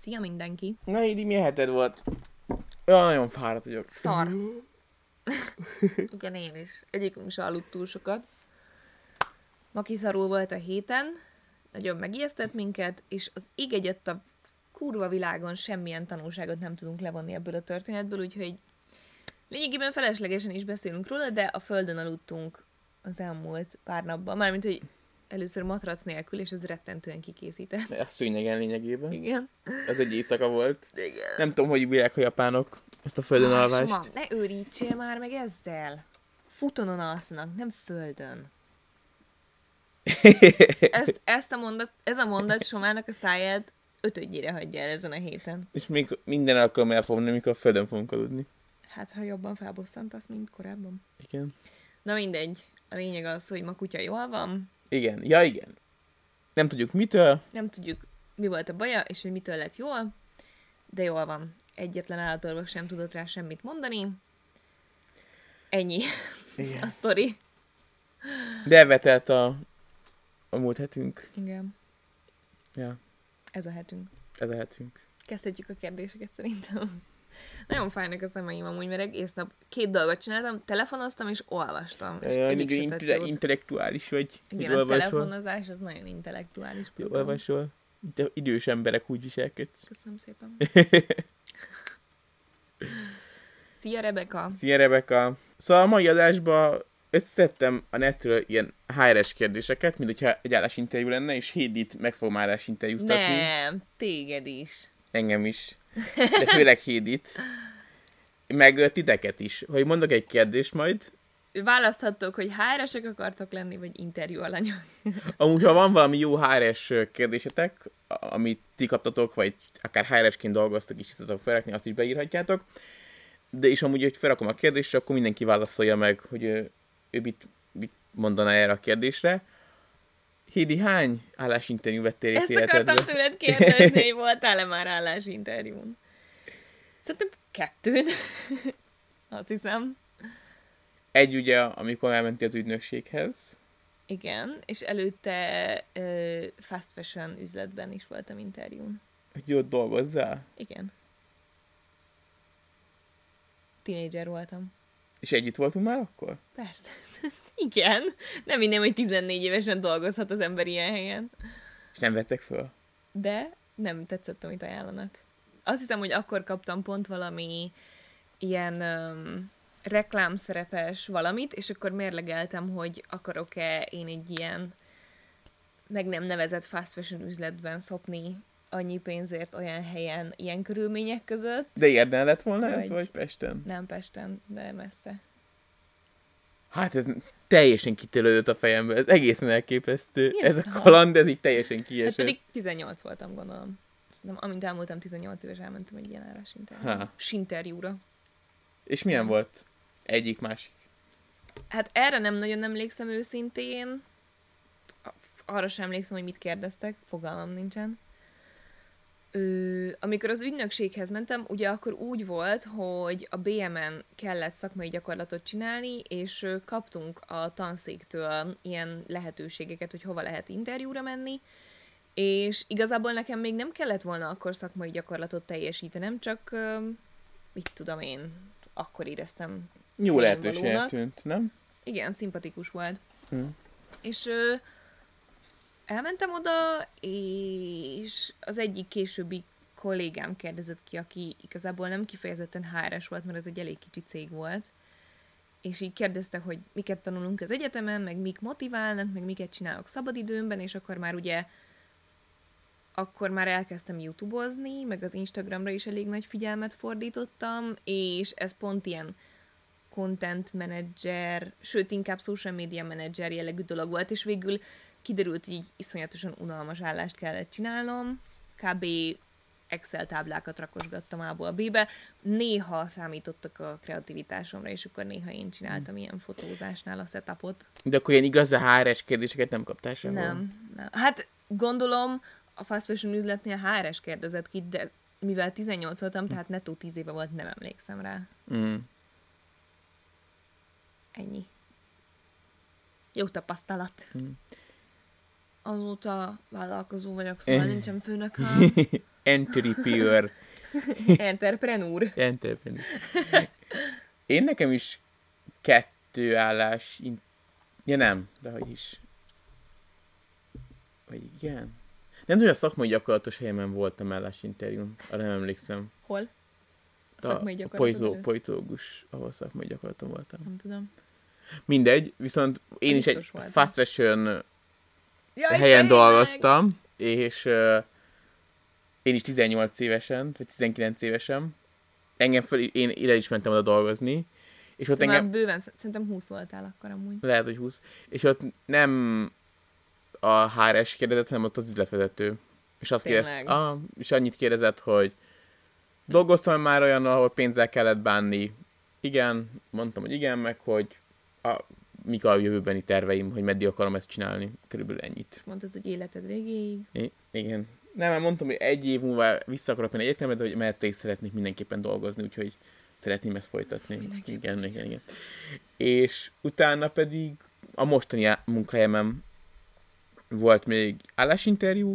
Szia mindenki! Na, Hédi, milyen heted volt? Olyan nagyon fáradt vagyok. Szar. Igen, én is. Egyikünk se aludt túl sokat. Ma kiszarul volt a héten, nagyon megijesztett minket, és az ég egyet a kurva világon semmilyen tanulságot nem tudunk levonni ebből a történetből, úgyhogy lényegében feleslegesen is beszélünk róla, de a földön aludtunk az elmúlt pár napban. Mármint, hogy először matrac nélkül, és ez rettentően kikészített. A szőnyegen lényegében. Igen. Ez egy éjszaka volt. Igen. Nem tudom, hogy bírják a japánok ezt a földön alvást. Soma, ne őrítsél már meg ezzel. Futonon alszanak, nem földön. Ez a mondat Somának a száját ötödjére hagyja el ezen a héten. És még minden alkalommal el fogom, amikor a földön fogunk aludni. Hát, ha jobban felbosszantasz, mint korábban. Igen. Na mindegy. A lényeg az, hogy ma kutya jól van. Igen. Ja, igen. Nem tudjuk mitől. Nem tudjuk, mi volt a baja, és hogy mitől lett jól. De jól van. Egyetlen állatorvos sem tudott rá semmit mondani. Ennyi. Igen. A sztori. De elvetelt a múlt hetünk. Igen. Ja, Ez a hetünk. ez a hetünk. Kezdhetjük a kérdéseket szerintem. Nagyon fájnak a szemeim amúgy, mert egész nap 2 dolgot csináltam, telefonoztam és olvastam. És egyik se tett jót. Intellektuális vagy. Igen, hogy a olvasol. telefonozás az nagyon intellektuális Hogy program. olvasol. Te idős emberek úgy viselkedsz. Köszönöm szépen. Szia, Rebeka! Szia, Rebeka! Szóval a mai adásban összeszedtem a netről ilyen HRS kérdéseket, mint hogyha egy állásinterjú lenne, és Hédit meg fogom állásinterjúztatni. Nem, téged is. Engem is. De főleg Hédit. Meg titeket is. Hogy mondok egy kérdést majd. Választhattok, hogy HR-esek akartok lenni, vagy interjú alanyok. Amúgy, ha van valami jó HRS kérdésetek, amit ti kaptatok, vagy akár HRS-ként dolgoztok, és tudtok felrakni, azt is beírhatjátok. De és amúgy, hogy felrakom a kérdést, akkor mindenki válaszolja meg, hogy ő mit mondana erre a kérdésre. Hédi, hány állásinterjú vettél részt Ezt életedben? akartam tőled kérdezni, hogy voltál-e már állásinterjún? Szerintem 2. Azt hiszem. Egy ugye, amikor elmentél az ügynökséghez. Igen, és előtte fast fashion üzletben is voltam interjún. Hogy ott dolgozzál. Igen. Tínédzser voltam. És együtt voltunk már akkor? Persze. Igen. Nem minden, hogy 14 évesen dolgozhat az ember ilyen helyen. És nem vettek föl? De nem tetszett, amit ajánlanak. Azt hiszem, hogy akkor kaptam pont valami ilyen reklámszerepes valamit, és akkor mérlegeltem, hogy akarok-e én egy ilyen meg nem nevezett fast fashion üzletben szopni annyi pénzért olyan helyen, ilyen körülmények között. De Érden lett volna ez, vagy Pesten? Nem Pesten, de messze. Hát ez teljesen kitörődött a fejembe, ez egészen elképesztő. Mi ez ez a szar? kaland, ez így teljesen Hát kiesett. pedig 18 voltam, gondolom. Szerintem, amint elmúltam 18 éves, elmentem egy ilyen állásinterjúra. Sinterjúra. És milyen volt? Egyik, másik. Hát erre nem nagyon emlékszem őszintén. Arra sem emlékszem, hogy mit kérdeztek. Fogalmam nincsen. Amikor az ügynökséghez mentem, ugye akkor úgy volt, hogy a BM-en kellett szakmai gyakorlatot csinálni, és kaptunk a tanszéktől ilyen lehetőségeket, hogy hova lehet interjúra menni, és igazából nekem még nem kellett volna akkor szakmai gyakorlatot teljesítenem, csak mit tudom én, akkor éreztem Jó helyén lehetőségnek valónak. tűnt, nem? Igen, szimpatikus volt. Hm. És elmentem oda, és az egyik későbbi kollégám kérdezett ki, aki igazából nem kifejezetten HR-es volt, mert ez egy elég kicsi cég volt. És így kérdezte, hogy miket tanulunk az egyetemen, meg mik motiválnak, meg miket csinálok szabadidőmben, és akkor már elkezdtem YouTube-ozni, meg az Instagramra is elég nagy figyelmet fordítottam, és ez pont ilyen content manager, sőt inkább social media manager jellegű dolog volt, és végül kiderült, hogy így iszonyatosan unalmas állást kellett csinálnom. Kb. Excel táblákat rakosgattam A-ból B-be. Néha számítottak a kreativitásomra, és akkor néha én csináltam ilyen fotózásnál a setupot. De akkor ilyen igaz a HRS kérdéseket nem kaptál sehol? Nem. Hát gondolom a fast fashion üzletnél HRS kérdezett ki, de mivel 18 voltam, tehát nettó 10 éve volt, nem emlékszem rá. Mm. Ennyi. Jó tapasztalat. Mm. Azóta vállalkozó vagyok, szóval nincsen főnököm. Entrepreneur. Entrepreneur. Én nekem is 2 állás... Ja nem, de hogy is. Vagy igen. Nem tudom, a szakmai gyakorlatos helyemen voltam állásinterjún. Arra nem emlékszem. Hol? A szakmai gyakorlatot? Politológus, ahol szakmai gyakorlaton voltam. Nem tudom. Mindegy, viszont én is egy voltam. fast fashion helyen dolgoztam, és én is 18 évesen, vagy 19 évesen. Én ide is mentem oda dolgozni. És ott engem... Már bőven, szerintem 20 voltál akkor amúgy. Lehet, hogy 20. És ott nem a HRS kérdezett, hanem ott az üzletvezető. És azt kérdezett, és annyit kérdezett, hogy dolgoztam már olyan, ahol pénzzel kellett bánni. Igen, mondtam, hogy igen, meg hogy mik a jövőbeni terveim, hogy meddig akarom ezt csinálni. Körülbelül ennyit. Mondtad, hogy életed végéig. Igen. Nem, mondtam, hogy 1 év múlva vissza akarok menni egyetemre, de hogy mellette is szeretnék mindenképpen dolgozni, úgyhogy szeretném ezt folytatni. Igen. És utána pedig a mostani munkahelyemen volt még állásinterjú,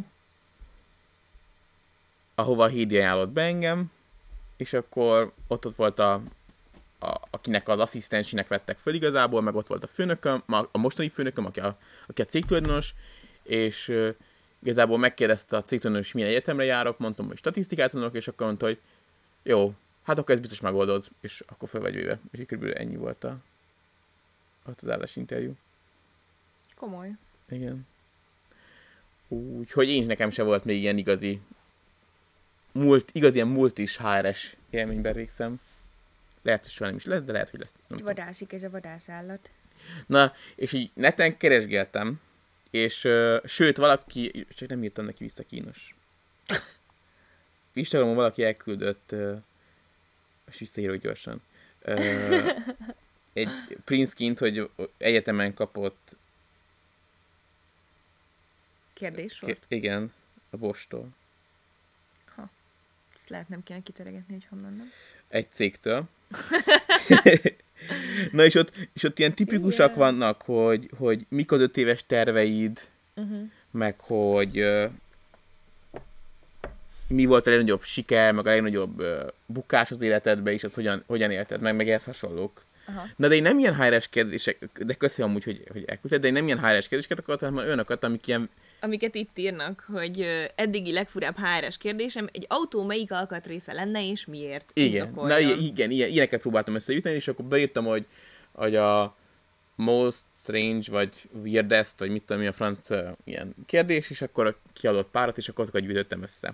ahova a Hédi ajánlott be engem, és akkor ott volt akinek az asszisztensének vettek föl igazából, meg ott volt a főnököm, a mostani főnököm, aki a cégtulajdonos, és igazából megkérdezte a cégtulajdonos, milyen egyetemre járok, mondtam, hogy statisztikát tanulok, és akkor mondta, hogy jó, hát akkor ezt biztos megoldod, és akkor fel vagy véve. Úgyhogy körülbelül ennyi volt az állásinterjú. Komoly. Igen. Úgyhogy nekem se volt még ilyen igazi ilyen multis HRS élményben végzem. Lehet, hogy soha nem is lesz, de lehet, hogy lesz. Vadászik ez a vadásállat. Na, és így neten keresgéltem, és sőt, valaki, csak nem írtam neki vissza, kínos. Instagramon valaki elküldött, és visszaírok gyorsan, egy print screen-t, hogy egyetemen kapott kérdéssort? Igen, a Bostól. Ezt lehet nem kéne kiteregetni, hogy honnan nem. Egy cégtől. Na és ott ilyen tipikusak vannak, hogy mik az 5 éves terveid, meg hogy mi volt a legnagyobb siker, meg a legnagyobb bukás az életedben, és azt hogyan élted, meg ehhez hasonlók. Aha. Na de én nem ilyen HRS kérdések, de köszönöm amúgy, hogy elküldted, de én nem ilyen HRS kérdéseket akartam, hanem olyanokat, amik ilyen... Amiket itt írnak, hogy eddigi legfurább HRS kérdésem, egy autó melyik alkatrésze lenne, és miért? Igen, ilyeneket próbáltam összegyűjteni, és akkor beírtam, hogy a most strange, vagy weirdest, vagy mit tudom, mi a franc ilyen kérdés, és akkor kiadott párat, és akkor azokat gyűjtöttem össze.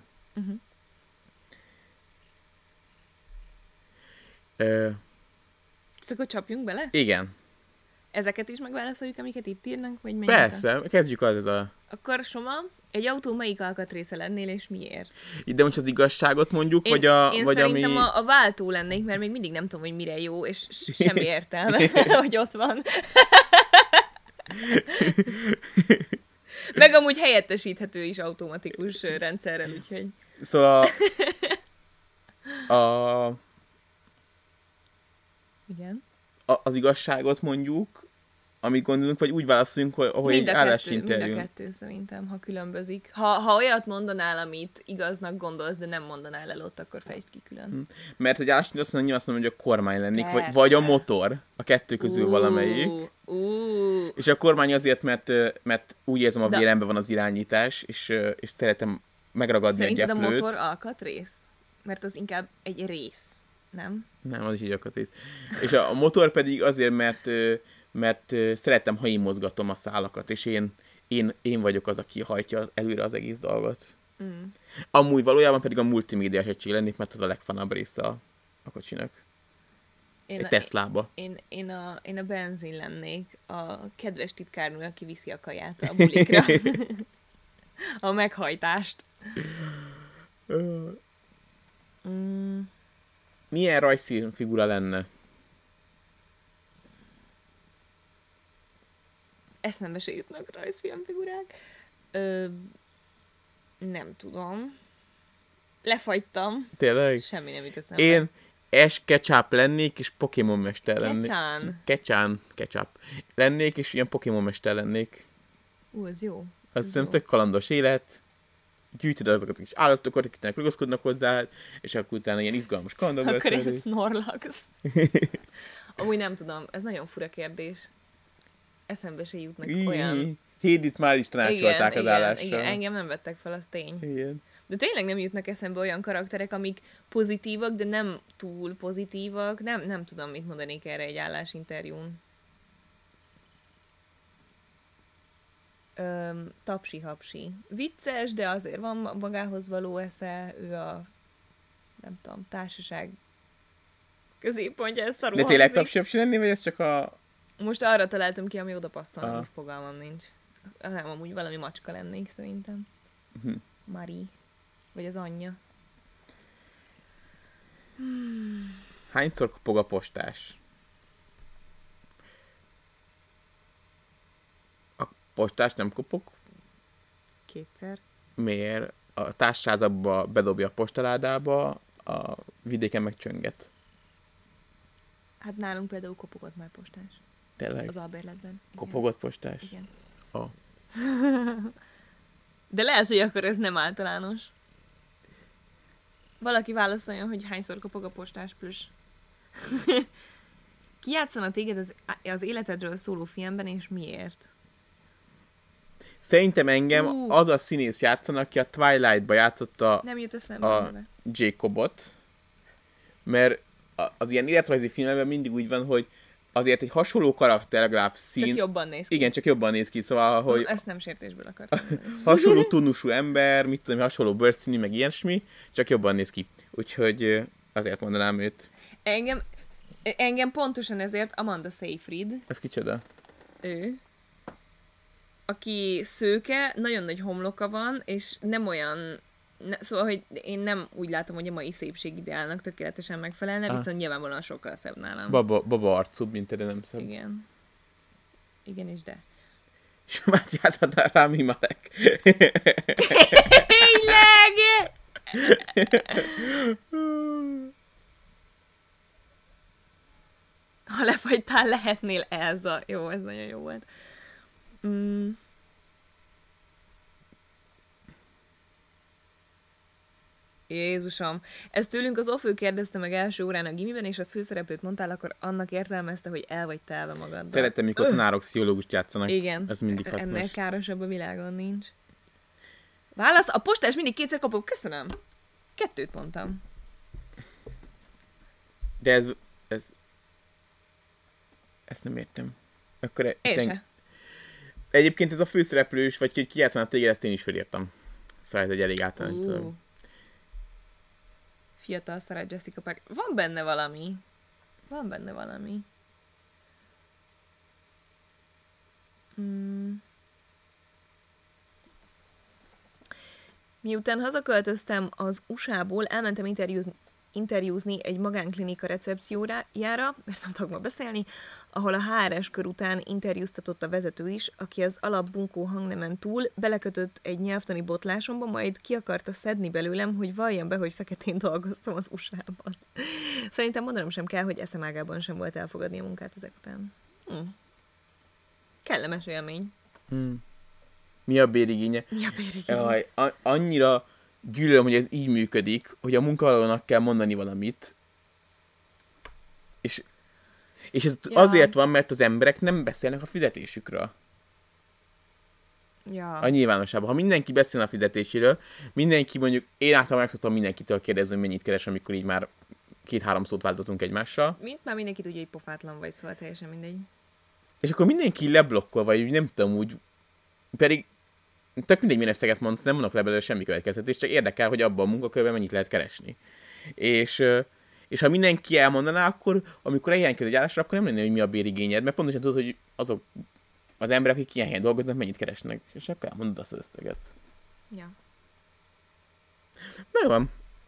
Akkor csapjunk bele? Igen. Ezeket is megválaszoljuk, amiket itt írnak, vagy mennyire? Persze, kezdjük az a... Akkor Soma, egy autó melyik alkatrésze lennél, és miért? De most az igazságot mondjuk, vagy Én szerintem a váltó lennék, mert még mindig nem tudom, hogy mire jó, és semmi értelme, hogy ott van. Meg amúgy helyettesíthető is automatikus rendszerrel, úgyhogy... Szóval Igen. Az igazságot mondjuk, amit gondolunk, vagy úgy válaszoljunk, hogy egy állásinterjú. Mind a kettő szerintem, ha különbözik. Ha olyat mondanál, amit igaznak gondolsz, de nem mondanál el ott, akkor fejtsd ki külön. Mert egy állásinterjú azt mondom, hogy a kormány lennék, vagy a motor, a kettő közül valamelyik. És a kormány azért, mert úgy érzem, a véremben van az irányítás, és szeretem megragadni egy gyeplőt. Szerinted a motor alkatrész? Mert az inkább egy rész, nem? Nem, az is egy alkatrész. És a motor pedig azért, mert szeretem, ha én mozgatom a szálakat, és én vagyok az, aki hajtja előre az egész dolgot. Amúgy valójában pedig a multimédiás egység lennék, mert az a legfanabb része a kocsinak. Egy Teslába. Én a benzin lennék, a kedves titkárnő, aki viszi a kaját a bulikra. A meghajtást. Milyen rajzfilmfigura lenne? Eszembe se jutnak rajzfilmfigurák. Nem tudom. Lefagytam. Tényleg? Semmi nem jut eszembe. Én Ash Ketchup lennék, és Pokémon mester lennék. Ketchup. Lennék, és ilyen Pokémon mester lennék. Ez jó. Azt hiszem, tök kalandos élet. gyűjtöd azokat a kis állatokat, akik ragaszkodnak hozzá, és akkor utána ilyen izgalmas kalandok lesz. Akkor ez Snorlax. Amúgy nem tudom, ez nagyon fura kérdés. Eszembe se jutnak olyan... Hédit már is tanácsolták az állásra. Igen, engem nem vettek fel, az tény. Igen. De tényleg nem jutnak eszembe olyan karakterek, amik pozitívak, de nem túl pozitívak. Nem tudom, mit mondanék erre egy állásinterjún. Tapsi-hapsi. Vicces, de azért van magához való esze, ő a nem tudom, társaság középpontja, ez szarul De tényleg hangzik. tapsi-hapsi lenni, vagy ez csak a... Most arra találtam ki, ami oda passzol, ami fogalmam nincs. Nem, amúgy valami macska lennék szerintem. Mari. Vagy az anyja. Hányszor kopog a postás? A postás nem kopog? 2-szer. Miért? A társházakba bedobja a postaládába, a vidéken meg csönget. Hát nálunk például kopogott már postás. Tényleg? Az albérletben. Kopogott postás? Igen. Oh. De lehet, hogy akkor ez nem általános. Valaki válaszoljon, hogy hányszor kopog a postás plusz. Ki játszana téged az életedről szóló filmben, és miért? Szerintem engem az a színész játszana, aki a Twilight-ba játszotta nem jut eszembe a Jacobot, mert az ilyen életrajzi filmekben mindig úgy van, hogy azért egy hasonló karakter legalább Csak jobban néz ki. Igen, csak jobban néz ki, szóval, hogy... Ezt nem sértésből akartam. hasonló tónusú ember, mit tudom, hasonló bőrszínű, meg ilyesmi, csak jobban néz ki. Úgyhogy azért mondanám őt. Engem pontosan ezért Amanda Seyfried. Ez kicsoda? Ő. Aki szőke, nagyon nagy homloka van, és nem olyan... Szóval, hogy én nem úgy látom, hogy a mai szépségideálnak tökéletesen megfelelne, viszont nyilvánvalóan sokkal szebb nálam. Baba arcúbb, mint te, de nem szebb. Igen. Igen, és de. És már játszhatál Rami Malek. Tényleg! Ha lefagytál, lehetnél Elza. Jó, ez nagyon jó volt. Jézusom. Ezt tőlünk az Ofő kérdezte meg első órán a gimiben, és a főszereplőt mondtál, akkor annak értelmezte, hogy el vagy telve magaddal. Szeretem, mikor tanárok pszichológust játszanak. Igen. Ez mindig hasznos. Ennél károsabb a világon nincs. Válasz? A postás mindig 2-szer kapok. Köszönöm. 2 mondtam. De ezt nem értem. Akkor Én se. Egyébként ez a főszereplős, vagy ki játszanak téged, ezt én is felírtam. Szóval ez egy elég általános dolog. Fiatal Sarah Jessica Parker. Van benne valami. Miután hazaköltöztem az USA-ból, elmentem interjúzni egy magánklinika recepciójára, mert nem tudok ma beszélni, ahol a HRS kör után interjúztatott a vezető is, aki az alapbunkó hangnemen túl belekötött egy nyelvtani botlásomba, majd ki akarta szedni belőlem, hogy valljam be, hogy feketén dolgoztam az USA-ban. Szerintem mondanom sem kell, hogy eszemágában sem volt elfogadni a munkát ezek után. Kellemes élmény. Mi a bérigénye? Annyira gyűlölöm, hogy ez így működik, hogy a munkavállalónak kell mondani valamit, és ez azért van, mert az emberek nem beszélnek a fizetésükről. Ja. A nyilvánosságban. Ha mindenki beszél a fizetéséről, mindenki mondjuk, én általában meg szoktam mindenkitől kérdezni, hogy mennyit keres, amikor így már 2-3 szót váltottunk egymással. Már mindenki tudja, hogy pofátlan vagy, szóval teljesen mindegy. És akkor mindenki leblokkol, vagy nem tudom úgy, pedig tök mindegy, milyen összeget mondsz, nem mondok le belőle semmi következtetés, csak érdekel, hogy abban a munkakörben mennyit lehet keresni. És ha mindenki elmondaná, akkor amikor eljelentkezik egy állásra, akkor nem lenne, hogy mi a bérigényed, mert pontosan tudod, hogy azok az emberek, akik ilyen helyen dolgoznak, mennyit keresnek. És akkor elmondod azt az összeget. Ja. Na jó van.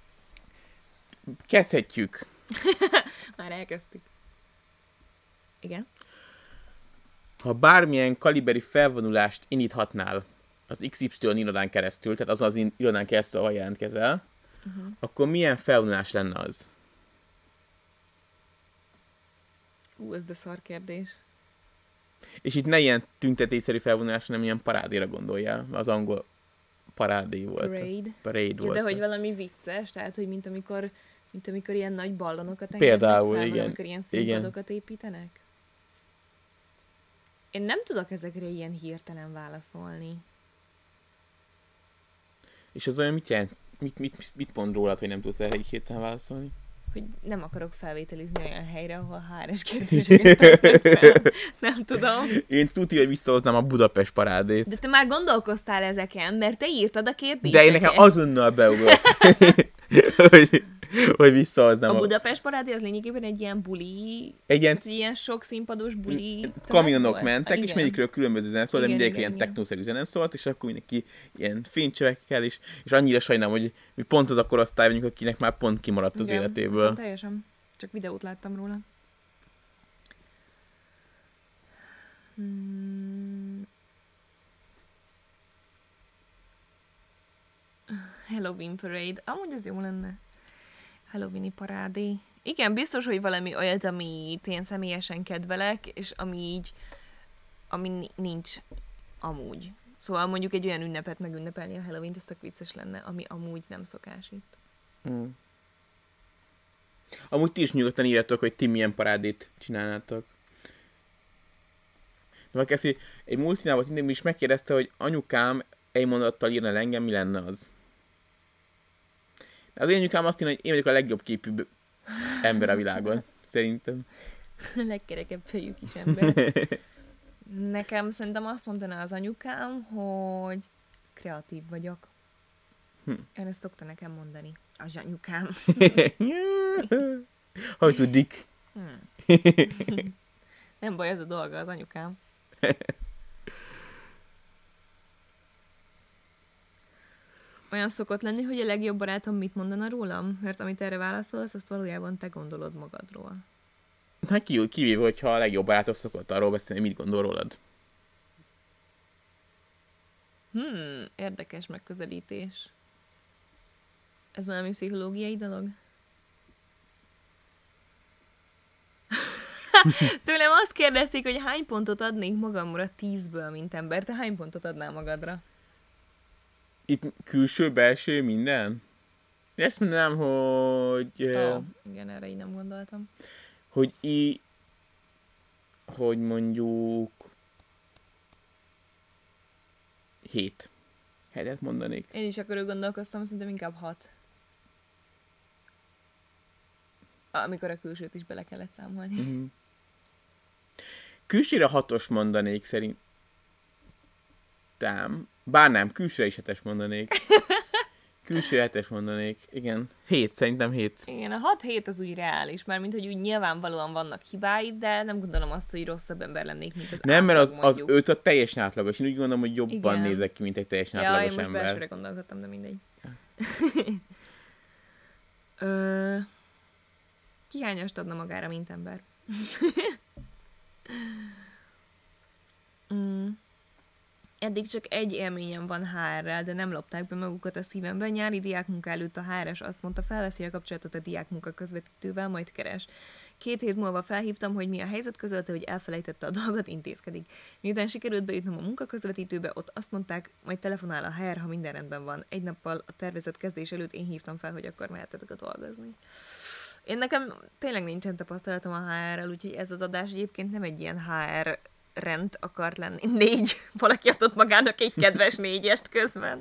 Kezdhetjük. Már elkezdtük. Igen. Ha bármilyen kaliberi felvonulást indíthatnál az XY irodán keresztül, tehát azon az irodán keresztül, ahol jelentkezel, akkor milyen felvonulás lenne az? Ez de szar kérdés. És itt ne ilyen tüntetésszerű felvonulás, hanem ilyen parádéra gondoljál. Az angol parádé volt. Parade Ja, volt. de hogy valami vicces, tehát, hogy mint amikor ilyen nagy ballonokat Például, fel, igen. amikor ilyen színpadokat építenek. Én nem tudok ezekre ilyen hirtelen válaszolni. És az olyan mit jelent? Mit mond rólad, hogy nem tudsz erre így hirtelen válaszolni? Hogy nem akarok felvételizni olyan helyre, ahol HRS kérdéseket tesznek fel. Nem tudom. Én tudja, hogy visszahoznám a Budapest parádét. De te már gondolkoztál ezeken, mert te írtad a kérdéseket. De én nekem azonnal beugrott, hogy visszahoznám a Budapest parádé az lényegében egy ilyen buli, ilyen sok színpados buli kamionok volt? mentek, és mindegyikről különböző zene szólt, de mindegyikről ilyen technószerű zene szólt, és akkor mindenki ilyen fénycsövekkel is, és annyira sajnálom, hogy mi pont az a korosztály vagyunk, akinek már pont kimaradt az életéből. Teljesen. Csak videót láttam róla. Halloween Parade. Amúgy ez jó lenne. Halloweeni parádé. Igen, biztos, hogy valami olyat, amit én személyesen kedvelek, és ami nincs amúgy. Szóval mondjuk egy olyan ünnepet megünnepelni a Halloween-t, ez tök vicces lenne, ami amúgy nem szokás itt. Amúgy ti is nyugodtan írjátok, hogy ti milyen parádét csinálnátok. De már Keszi, egy multinál volt is megkérdezte, hogy anyukám egy mondattal írna le engem, mi lenne az? Az én anyukám azt írja, hogy én vagyok a legjobb képű ember a világon. Szerintem. A legkerekebb fejű kis ember. Nekem szerintem azt mondaná az anyukám, hogy kreatív vagyok. Én ezt szokta nekem mondani. Az anyukám. Hogy tudik? Nem baj, ez a dolga, az anyukám. Olyan szokott lenni, hogy a legjobb barátom mit mondana rólam? Mert amit erre válaszolsz, azt valójában te gondolod magadról. Hát kivéve, hogyha a legjobb barátod szokott arról beszélni, mit gondol rólad. Érdekes megközelítés. Ez valami pszichológiai dolog? Tőlem azt kérdezték, hogy hány pontot adnék magamra 10-ből, mint ember. Te hány pontot adnál magadra? Itt külső, belső, minden? Ezt mondanám, hogy... igen, erre így nem gondoltam. Hogy mondjuk... 7. 7-et mondanék. Én is akkor gondolkoztam, szerintem inkább 6. Amikor a külsőt is bele kellett számolni. Külsőre 6-os mondanék szerintem. Bár nem, külsőre is 7-es mondanék. Külső 7-es mondanék. Igen. 7, szerintem 7. Igen, a 6-7 az úgy reális, mert mint hogy úgy nyilvánvalóan vannak hibáid, de nem gondolom azt, hogy rosszabb ember lennék, mint az nem, átlag, mert az 5 a teljesen átlagos. Én úgy gondolom, hogy jobban nézek ki, mint egy teljesen átlagos ember. Ja, én most belsőre gondolkodtam, de mindegy. Ja. Ki hányast adna magára, mint ember? Eddig csak egy élményem van HR-rel, de nem lopták be magukat a szívemben. Nyári diákmunka előtt a HR-es azt mondta, felveszi a kapcsolatot a diákmunka közvetítővel, majd keres. 2 hét múlva felhívtam, hogy mi a helyzet, közölte, hogy elfelejtette a dolgot, intézkedik. Miután sikerült bejutnom a munkaközvetítőbe, ott azt mondták, majd telefonál a HR, ha minden rendben van. Egy nappal a tervezett kezdés előtt én hívtam fel, hogy akkor mehetetek a dolgozni. Én nekem tényleg nincsen tapasztalatom a HR-rel, úgyhogy ez az adás egyébként nem egy ilyen HR rend akart lenni. 4. Valaki adott magának egy kedves 4-est közben.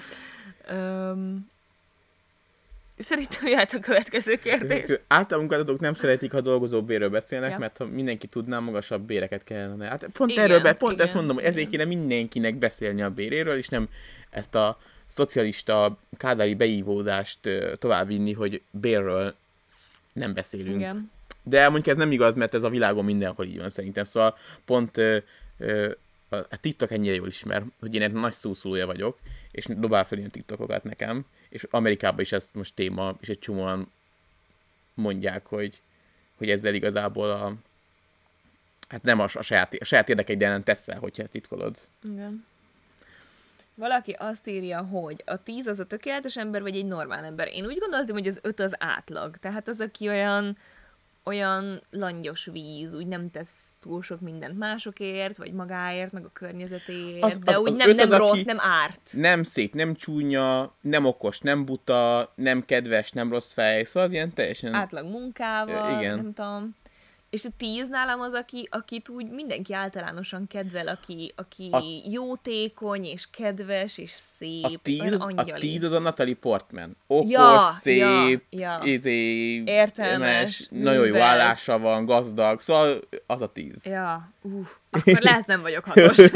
Szerintem jöhet a következő kérdés. Általában munkáltatók nem szeretik, ha dolgozó bérről beszélnek, mert ha mindenki tudná, magasabb béreket kellene. Hát pont ezt mondom, hogy ezért kéne mindenkinek beszélni a béréről, és nem ezt a szocialista kádári beívódást továbbvinni, hogy bérről nem beszélünk. Igen. De mondjuk ez nem igaz, mert ez a világon mindenhol így van szerintem. Szóval pont a TikTok ennyire jól ismer, hogy én egy nagy szószólója vagyok, és dobál fel ilyen TikTokokat nekem, és Amerikában is ez most téma, és egy csomóan mondják, hogy ezzel igazából hát nem a saját érdekeid ellen teszel, hogyha ezt titkolod. Igen. Valaki azt írja, hogy a 10 az a tökéletes ember, vagy egy normál ember. Én úgy gondoltam, hogy az 5 az átlag. Tehát az, aki olyan langyos víz, úgy nem tesz túl sok mindent másokért, vagy magáért, meg a környezetéért, Az- de az- úgy az nem, öt nem az, rossz, aki- nem árt. Nem szép, nem csúnya, nem okos, nem buta, nem kedves, nem rossz fej, szóval az ilyen teljesen... Átlag munkával, Igen. nem tudom. És a 10 nálam az, akit úgy mindenki általánosan kedvel, aki jótékony, és kedves, és szép, A 10 olyan az, angyali. a 10 az a Natalie Portman. Okos, Ja, szép, ja. értelmes, nagyon jó művelt. állása van, gazdag, szóval az a 10. Ja, akkor lehet nem vagyok 6-os.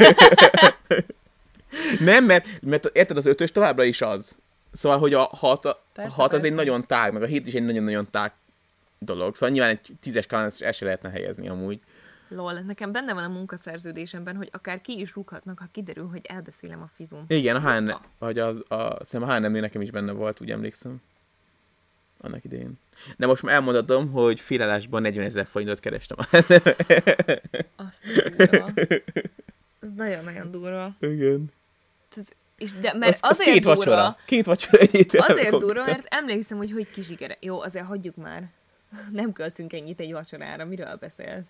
Nem, mert érted, az 5-ös továbbra is az. Szóval, hogy a 6 az egy persze. nagyon tág, meg a 7 is egy nagyon-nagyon tág dolog. Szóval nyilván egy 10-es skálán ezt se lehetne helyezni amúgy. Lol, nekem benne van a munkaszerződésemben, hogy akár ki is rúghatnak, ha kiderül, hogy elbeszélem a fizum. Igen, a H&M, vagy szerintem a H&M-nél nekem is benne volt, úgy emlékszem. Annak idején. De most már elmondatom, hogy félállásban 40 000 forintot kerestem. Azt a durva. Ez nagyon-nagyon durva. Igen. Mert Az azért két durva, vacsora. Két vacsora együtt azért elkaptam. durva, mert emlékszem, hogy kizsigere. Jó, azért hagyjuk már. Nem költünk ennyit egy vacsorára. Miről beszélsz?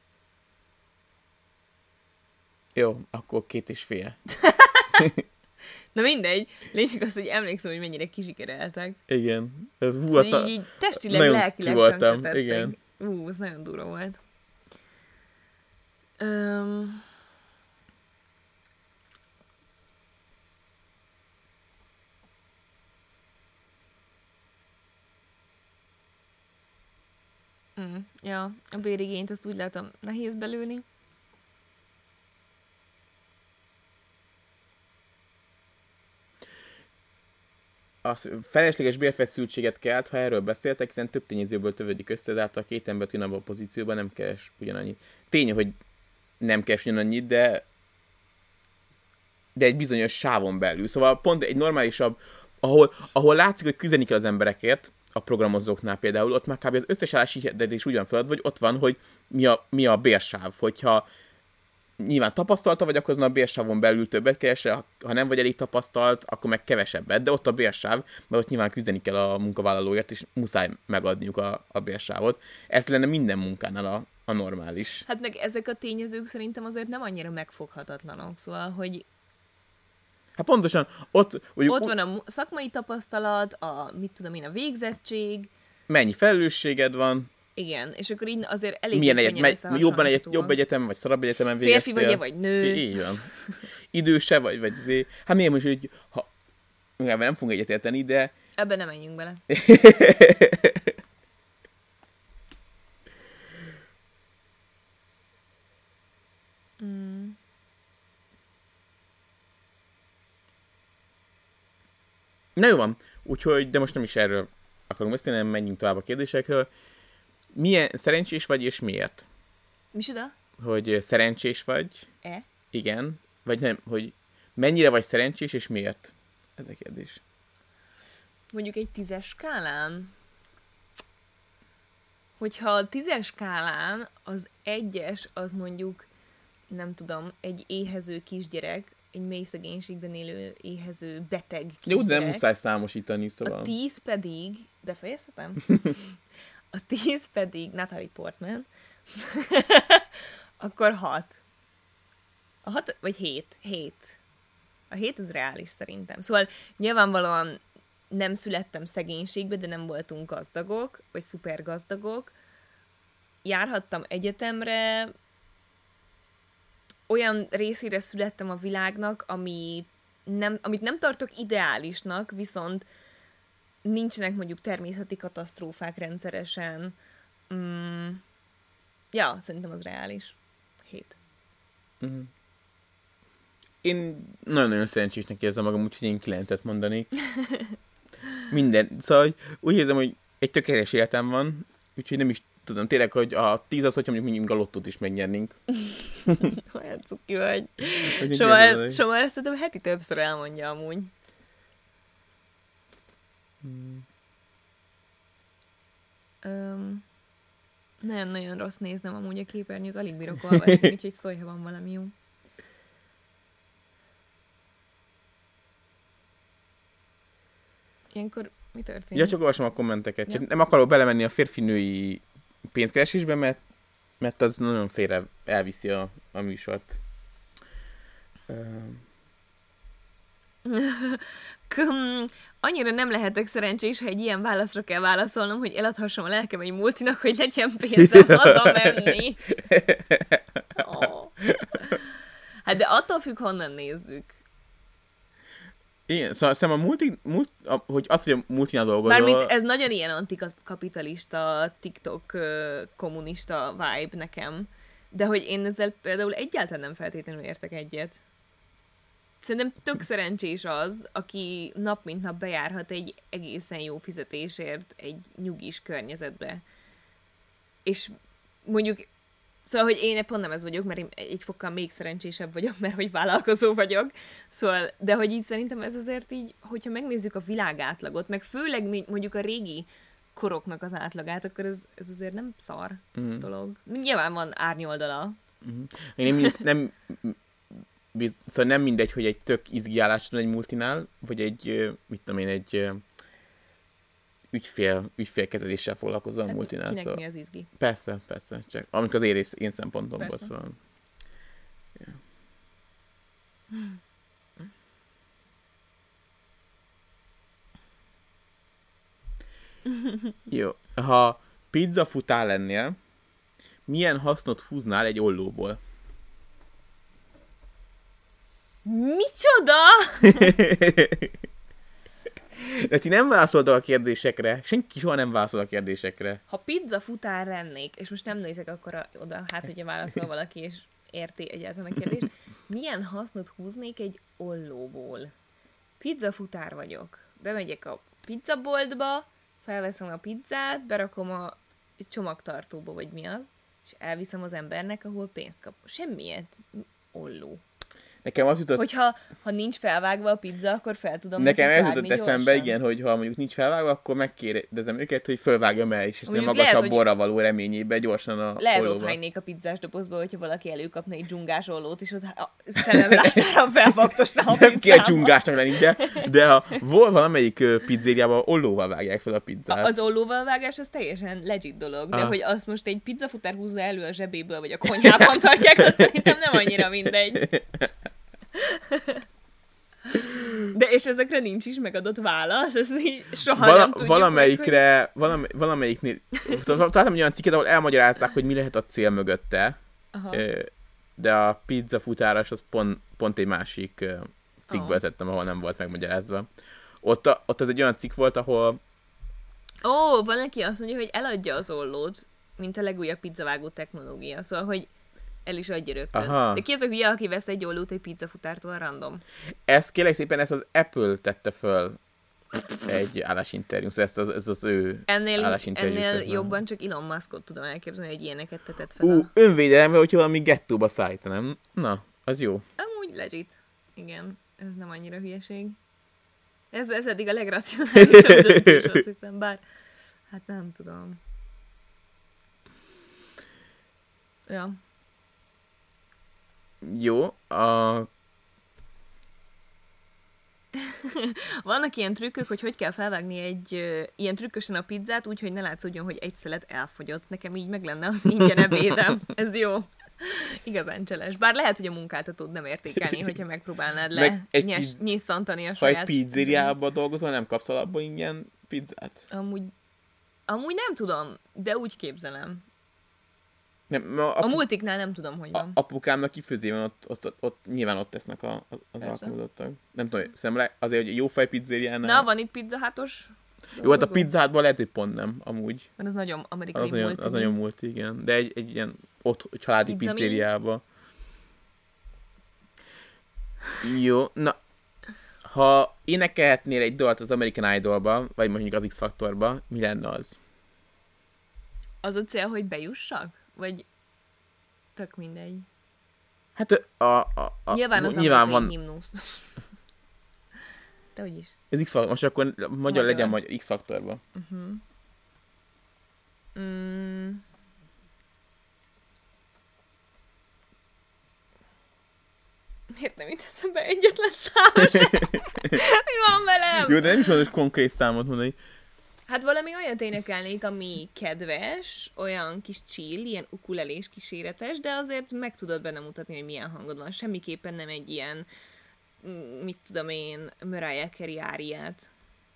Jó, akkor 2,5. Na mindegy. Lényeg az, hogy emlékszem, hogy mennyire kizsigereltek. Igen. Ez Így testileg, nagyon lelkileg ki voltam, tönkretettek. igen. Ez nagyon durva volt. Ja, a bérigényt azt úgy látom nehéz belőni. A felesleges bérfeszültséget kelt, ha erről beszéltek, hiszen több tényezőből tövődik össze, de a két embert ugyanabban a pozícióban nem keres ugyanannyit. Tény, hogy nem keres ugyanannyit, de egy bizonyos sávon belül. Szóval pont egy normálisabb, ahol látszik, hogy küzdeni kell az emberekért, a programozóknál például, ott már kb. Az összes állási hirdetés úgy van feladva, hogy ott van, hogy mi a bérsáv. Hogyha nyilván tapasztalta vagy, akkor azon a bérsávon belül többet keresel, ha nem vagy elég tapasztalt, akkor meg kevesebbet, de ott a bérsáv, mert ott nyilván küzdeni kell a munkavállalóért, és muszáj megadniuk a bérsávot. Ez lenne minden munkánál a normális. Hát meg ezek a tényezők szerintem azért nem annyira megfoghatatlanok, szóval, hogy Hát pontosan, ott van a szakmai tapasztalat, a végzettség, mennyi felelősséged van, igen, és akkor így azért elég milyen könnyen jobb egyetemen, vagy szarabb egyetemen végeztél. Férfi vagy nő. Így van. Időse vagy hát miért most, hogy nem fogunk egyetérteni, de... Ebben nem menjünk bele. Na jó van, úgyhogy, de most nem is erről akarunk beszélni, hanem menjünk tovább a kérdésekről. Milyen szerencsés vagy, és miért? Micsoda? Hogy szerencsés vagy? Igen. Vagy nem, hogy mennyire vagy szerencsés, és miért? Ez a kérdés. Mondjuk egy 10-es skálán? Hogyha a 10-es skálán az 1-es, az mondjuk, nem tudom, egy éhező kisgyerek, egy mély szegénységben élő, éhező, beteg kisgyerek. Jó, de nem muszáj számosítani, szóval. A 10 pedig, befejezhetem? A 10 pedig Natalie Portman. Akkor 6. A 6, vagy 7. 7. A 7 az reális szerintem. Szóval nyilvánvalóan nem születtem szegénységbe, de nem voltunk gazdagok, vagy szuper gazdagok. Járhattam egyetemre, olyan részére születtem a világnak, amit nem tartok ideálisnak, viszont nincsenek mondjuk természeti katasztrófák rendszeresen. Ja, szerintem az reális. 7. Mm. Én nagyon-nagyon szerencsésnek érzem magam, úgyhogy én 9-et mondanék. Minden. Szóval úgy érzem, hogy egy tökéletes életem van, úgyhogy nem is tudom, tényleg, hogy a 10 az, hogyha mondjuk a lottót is megnyernénk. Olyan cuki vagy. Hogy Soma ezt szerintem heti többször elmondja amúgy. Nagyon-nagyon rossz néznem amúgy a képernyőt, alig bírok olvasni, úgyhogy szólj, ha van valami jó. Ilyenkor mi történik? Ja, csak olvasom a kommenteket. Ja. Csak nem akarok belemenni a férfi-női pénzkeresésbe, mert mert az nagyon félre elviszi a műsort. Annyira nem lehetek szerencsés, ha egy ilyen válaszra kell válaszolnom, hogy eladhassam a lelkem egy multinak, hogy legyen pénzem hazamenni. Oh. Hát de attól függ, honnan nézzük. Igen, szóval szerintem hogy az, hogy a multinál dolgozol... Mármint ez nagyon ilyen antikapitalista, TikTok kommunista vibe nekem. De hogy én ezzel például egyáltalán nem feltétlenül értek egyet. Szerintem tök szerencsés az, aki nap mint nap bejárhat egy egészen jó fizetésért egy nyugis környezetbe. És mondjuk, szóval, hogy én pont nem ez vagyok, mert én egy fokkal még szerencsésebb vagyok, mert hogy vállalkozó vagyok. Szóval, de hogy így szerintem ez azért így, hogyha megnézzük a világ átlagot, meg főleg mondjuk a régi koroknak az átlagát, akkor ez azért nem szar dolog. Nyilván van árnyoldala. Én szóval nem mindegy, hogy egy tök izgi állásod egy multinál, vagy egy, mit tudom én, egy ügyfélkezeléssel foglalkozom a multinál. Kinek szóval... mi az izgi? Persze, csak amikor az én szempontomból, szóval... Yeah. Jó. Ha pizza futár lennél, milyen hasznot húznál egy ollóból? Micsoda? De ti nem válaszoltak a kérdésekre. Senki soha nem válaszol a kérdésekre. Ha pizza futár lennék, és most nem nézek akkor oda, hát hogyha válaszol valaki, és érti egyáltalán a kérdést, milyen hasznot húznék egy ollóból? Pizza futár vagyok. Bemegyek a pizzaboltba, felveszem a pizzát, berakom a csomagtartóba, vagy mi az, és elviszem az embernek, ahol pénzt kap. Semmiért. Olló. Nekem az jutott... Hogyha nincs felvágva a pizza, akkor fel tudom nekem ez jutott eszembe, igen, hogy ha mondjuk nincs felvágva, akkor megkérdezem őket, hogy fölvágjam el is, és nem magasabb borra való reményébe gyorsan a lehet ollóba. ott hagynék a pizzás dobozba, hogyha valaki előkapna egy dzsungás ollót, és ott szememlátára felfaktosná a pizzába. Nem kell dzsungásnak lenni, de ha valamelyik pizzériában ollóval vágják fel a pizzát. Az ollóval vágás az teljesen legit dolog, de hogy azt most egy pizzafutár húzza elő a zsebéből, vagy a konyhában tartják, azt szerintem nem annyira mindegy. De és ezekre nincs is megadott válasz, ez így soha nem tudjuk. Valamelyiknél, találtam egy olyan cikket, ahol elmagyarázzák, hogy mi lehet a cél mögötte, de a pizza futáras az pont egy másik cikkből vezettem, ahol nem volt megmagyarázva. Ott az egy olyan cikk volt, ahol... van neki azt mondja, hogy eladja az ollót, mint a legújabb pizzavágó technológia, szóval, hogy el is adja rögtön. Aha. De ki az a hülye, aki vesz egy ollót egy pizzafutártól random? Ezt kérlek szépen, ezt az Apple tette föl egy állásinterjú, szóval ez az ő állásinterjú. Ennél jobban csak Elon Muskot tudom elképzelni, hogy ilyeneket tetett fel. Önvédelemre, hogyha valami gettóba szállítanám. Na, az jó. Amúgy legit. Igen, ez nem annyira hülyeség. Ez eddig a legracionálisabb döntés, azt hiszem, bár hát nem tudom. Ja. Jó, Vannak ilyen trükkök, hogy kell felvágni egy ilyen trükkösen a pizzát, úgyhogy ne látszódjon, hogy egy szelet elfogyott. Nekem így meg lenne az ingyen ebédem. Ez jó. Igazán cseles. Bár lehet, hogy a munkáltatód nem értékelni, hogyha megpróbálnád nyisszantani a saját... Ha egy pizzériában dolgozol, nem kapsz alapból ingyen pizzát? Amúgy nem tudom, de úgy képzelem. Nem, a multiknál nem tudom, hogy van. Apukámnak kifőzében ott nyilván ott tesznek az alkalmazottak. Nem tudom, szerintem azért, hogy jó fej pizzériánál... Na, van itt Pizza Hut-os? Jó, hát a Pizza Hutban lehet, hogy pont nem, amúgy. Mert az nagyon amerikai multi. Az nagyon multi, igen. De egy ilyen családi pizzériában. Jó, na... Ha énekelhetnél egy dalt az American Idolba, vagy mondjuk az X-Factorba, mi lenne az? Az a cél, hogy bejussak? Vagy tök mindegy? Hát nyilván van himnusz. De úgyis. Ez X-Factor, most akkor magyar legyen magyar X-Factorba. Miért nem itt eszembe egyetlen szám sem? Mi van velem? Jó, de nem is van, hogy konkrét számot mondani. Hát valami olyat énekelnék, ami kedves, olyan kis chill, ilyen ukulelés kíséretes, de azért meg tudod benne mutatni, hogy milyen hangod van. Semmiképpen nem egy ilyen, mit tudom én, Mariah Carey áriát.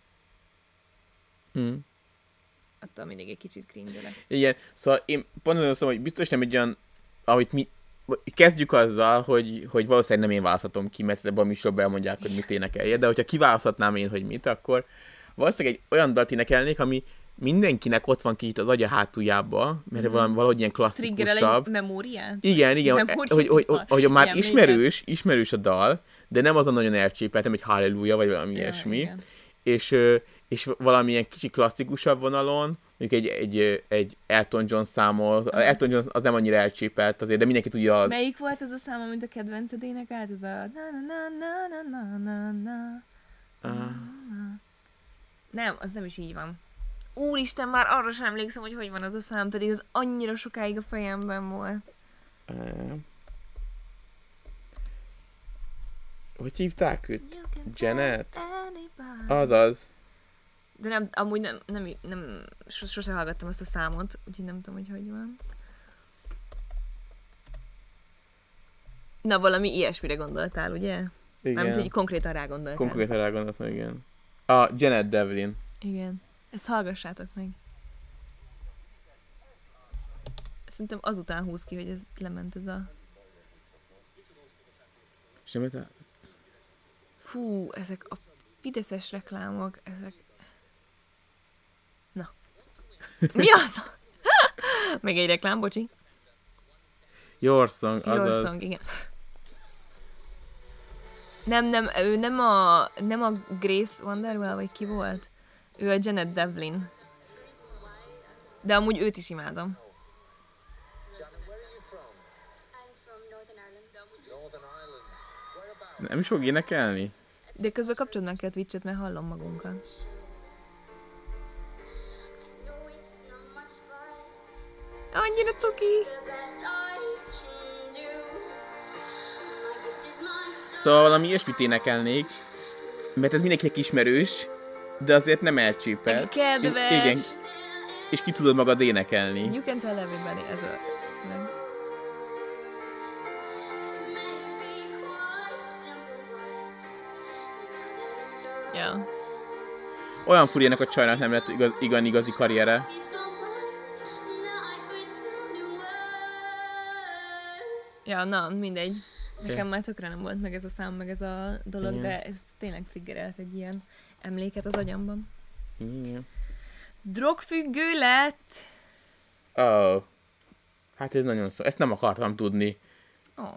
Attól mindig egy kicsit cringe-elek. Igen, szóval én pont azt mondom, hogy biztos nem egy olyan, amit mi kezdjük azzal, hogy valószínűleg nem én választhatom ki, mert ebben a műsorban elmondják, hogy mit énekelje, de hogyha kiválaszthatnám én, hogy mit, akkor valószínűleg egy olyan dalt énekelnék, ami mindenkinek ott van kicsit az agya hátuljába, mert valahogy ilyen klasszikusabb. Triggerel egy memóriát? Igen, hogy már ismerős a dal, de nem azon nagyon elcsépelt, nem egy halleluja, vagy valami ilyesmi. És valamilyen kicsi klasszikusabb vonalon, mondjuk egy Elton John számol. Elton John az nem annyira elcsépelt azért, de mindenki tudja... Melyik volt ez a szám, amit a kedvenced énekelt? Ez a... Nem, az nem is így van. Úristen, már arra sem emlékszem, hogy van az a szám, pedig az annyira sokáig a fejemben volt. Hogy hívták őt? Janet? Azaz. De nem, amúgy nem sose hallgattam ezt a számot, úgyhogy nem tudom, hogy van. Na, valami ilyesmire gondoltál, ugye? Igen. Mármint, hogy konkrétan rá gondoltál. Konkrétan rá gondoltam, igen. A Janet Devlin. Igen. Ezt hallgassátok meg. Szerintem azután húz ki, hogy ez lement ez a... Semmit? Fú, ezek a fideszes reklámok, ezek... Na. Mi az? Még egy reklám, bocsi. Your Song, azaz. Your Song, igen. Nem, ő nem a Grace Wonderwell, vagy ki volt? Ő a Janet Devlin. De amúgy őt is imádom. Nem is fog énekelni? De közben kapcsolod meg a Twitch-et, mert hallom magunkat. Annyira cuki! Szóval valami ilyesmit énekelnék, mert ez mindenkinek ismerős, de azért nem elcsépelt. Kedves! Igen. És ki tudod magad énekelni. You can tell everybody, ez a szöveg. Ja. Olyan furi ennek a csajnak nem lett igazi karriere. Ja, na, mindegy. Nekem már tökre nem volt meg ez a szám, meg ez a dolog, Igen. de ez tényleg triggerelt egy ilyen emléket az agyamban. Igen. Drogfüggő lett! Oh. Hát ez nagyon szó. Ezt nem akartam tudni. Oh.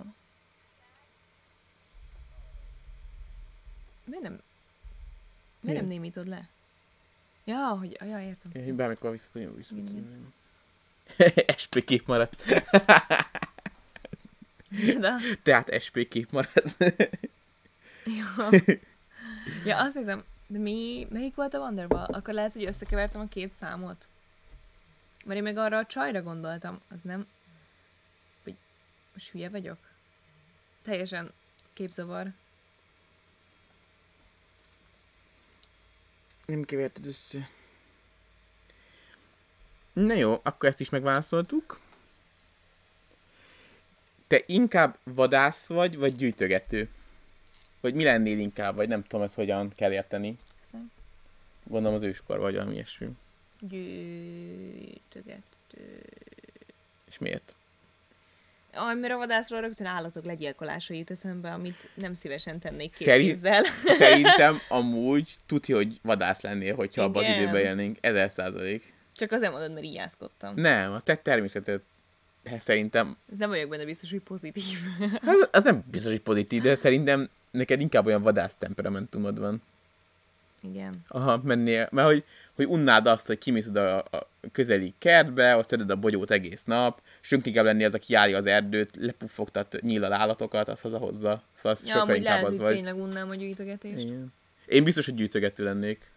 Miért nem némítod le? Ja, hogy... Ja, értem. Bármikor visszatudjam. SP kép maradt. Micsoda? Tehát SP kép maradt. Ja, azt hiszem, de melyik volt a Wonderwall? Akkor lehet, hogy összekevertem a két számot. Mert én meg arra a csajra gondoltam. Az nem... Vagy most hülye vagyok? Teljesen képzavar. Nem keverted össze. Na jó, akkor ezt is megválaszoltuk. Te inkább vadász vagy gyűjtögető? Vagy mi lennél inkább, vagy nem tudom, ezt hogyan kell érteni. Hiszem. Gondolom az őskor vagy valami ilyesmi. Gyűjtögető... És miért? Mert a vadászról rögtön állatok legyilkolása jut eszembe, amit nem szívesen tennék két Szerint- kézzel. Szerintem amúgy tudja, hogy vadász lennél, hogyha abban az Igen. időben élnénk. 1000%. Csak azért mondod, mert ijászkodtam. Nem, a te természeted szerintem, Ez nem vagyok benne biztos, hogy pozitív. az nem biztos, hogy pozitív, de szerintem neked inkább olyan vadász temperamentumod van. Igen. Aha, mert hogy unnád azt, hogy kimész oda a közeli kertbe, ott szeded a bogyót egész nap, sőt inkább lenni az, aki járja az erdőt, lepuffogtat nyíllal állatokat, azt hazahozza. Szóval az Ja, sokkal amúgy inkább lehet, az hogy vagy. tényleg unnám a gyűjtögetést. Igen. Én biztos, hogy gyűjtögető lennék.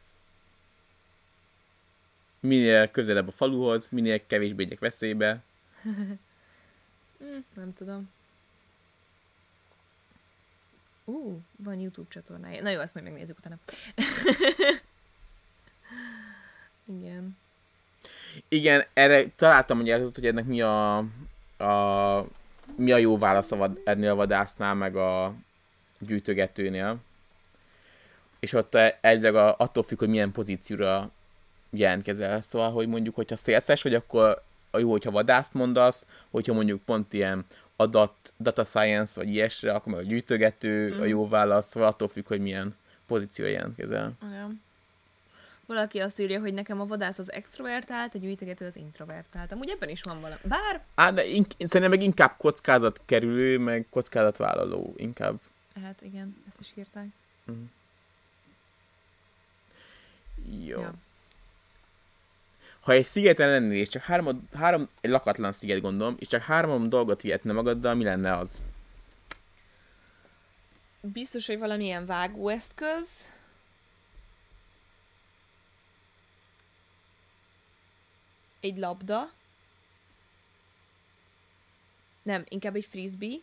Minél közelebb a faluhoz, minél kevésbé egyek veszélybe. Nem tudom. Van YouTube csatornája. Na jó, azt majd megnézzük utána. Igen. Igen, erre találtam, hogy ennek mi a jó válasz ennél a vadásznál, meg a gyűjtögetőnél. És ott egyleg attól függ, hogy milyen pozícióra jelentkezel. Szóval, hogy mondjuk, hogyha szélszes vagy, akkor a jó, hogyha vadászt mondasz, hogyha mondjuk pont ilyen data science, vagy ilyesre, akkor meg a gyűjtögető a jó válasz, szóval attól függ, hogy milyen pozícióra jelentkezel. Ja. Valaki azt írja, hogy nekem a vadász az extrovertált, a gyűjtögető az introvertált. Amúgy ebben is van valami. Bár... De szerintem meg inkább kockázatkerülő, meg kockázatvállaló inkább. Hát igen, ezt is írták. Jó. Ja. Ha egy szigeten lennél, és csak három egy lakatlan sziget gondolom, és csak 3 dolgot vihetne magaddal, mi lenne az? Biztos, hogy valamilyen vágóeszköz. Egy labda. Nem, inkább egy frisbee.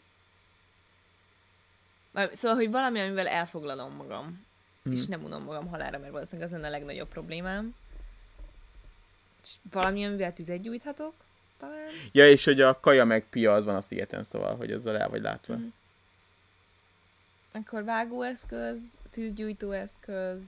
Szóval, hogy valami, amivel elfoglalom magam. És nem unom magam halálra, mert valószínűleg az lenne a legnagyobb problémám. És valami, amivel tüzet gyújthatok, talán. Ja, és hogy a kaja meg pia az van a szigeten, szóval, hogy ezzel el vagy látva. Akkor vágóeszköz, tűzgyújtóeszköz,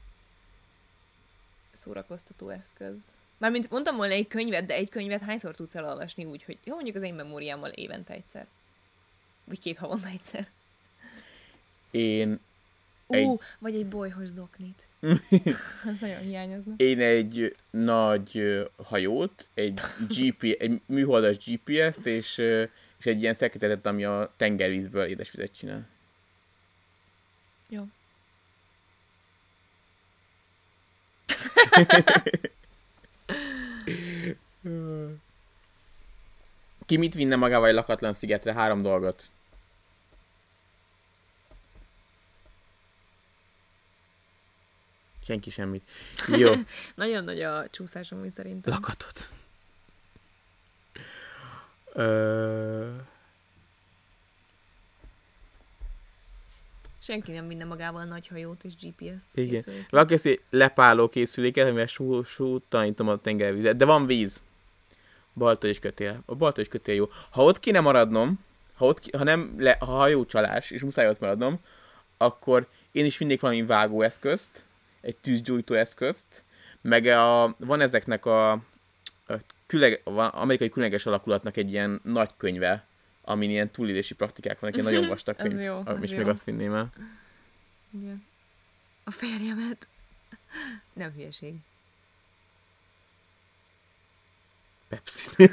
szórakoztatóeszköz. Mármint mondtam volna egy könyvet, de egy könyvet hányszor tudsz elolvasni úgy, hogy jó, mondjuk az én memóriámmal évente egyszer. Vagy 2 havonta egyszer. Vagy egy bolyhos zoknit. Az nagyon hiányozna. Én egy nagy hajót, egy műholdas GPS-t, és egy ilyen szerkezetet, ami a tengervízből édesvizet csinál. Jó. Ki mit vinne magával egy lakatlan szigetre? 3 dolgot. Senki semmit. Jó. Nagyon nagy a csúszásom, úgy szerintem. Lakatot. Senki nem vinne magával nagy hajót és GPS készüléket. Valaki ezt lepáló készüléket, amivel súlytanítom a tengervizet. De van víz. Balta és kötél. A balta és kötél jó. Ha ott kéne maradnom, ha hajócsalás, és muszáj ott maradnom, akkor én is vinnék valami vágóeszközt, egy tűzgyújtó eszközt, meg van ezeknek amerikai különleges alakulatnak egy ilyen nagy könyve, amin ilyen túlélési praktikák vannak, egy nagyon vastag könyv, és még azt vinném el. Igen. A férjemet. Nem hülyeség. Pepsi.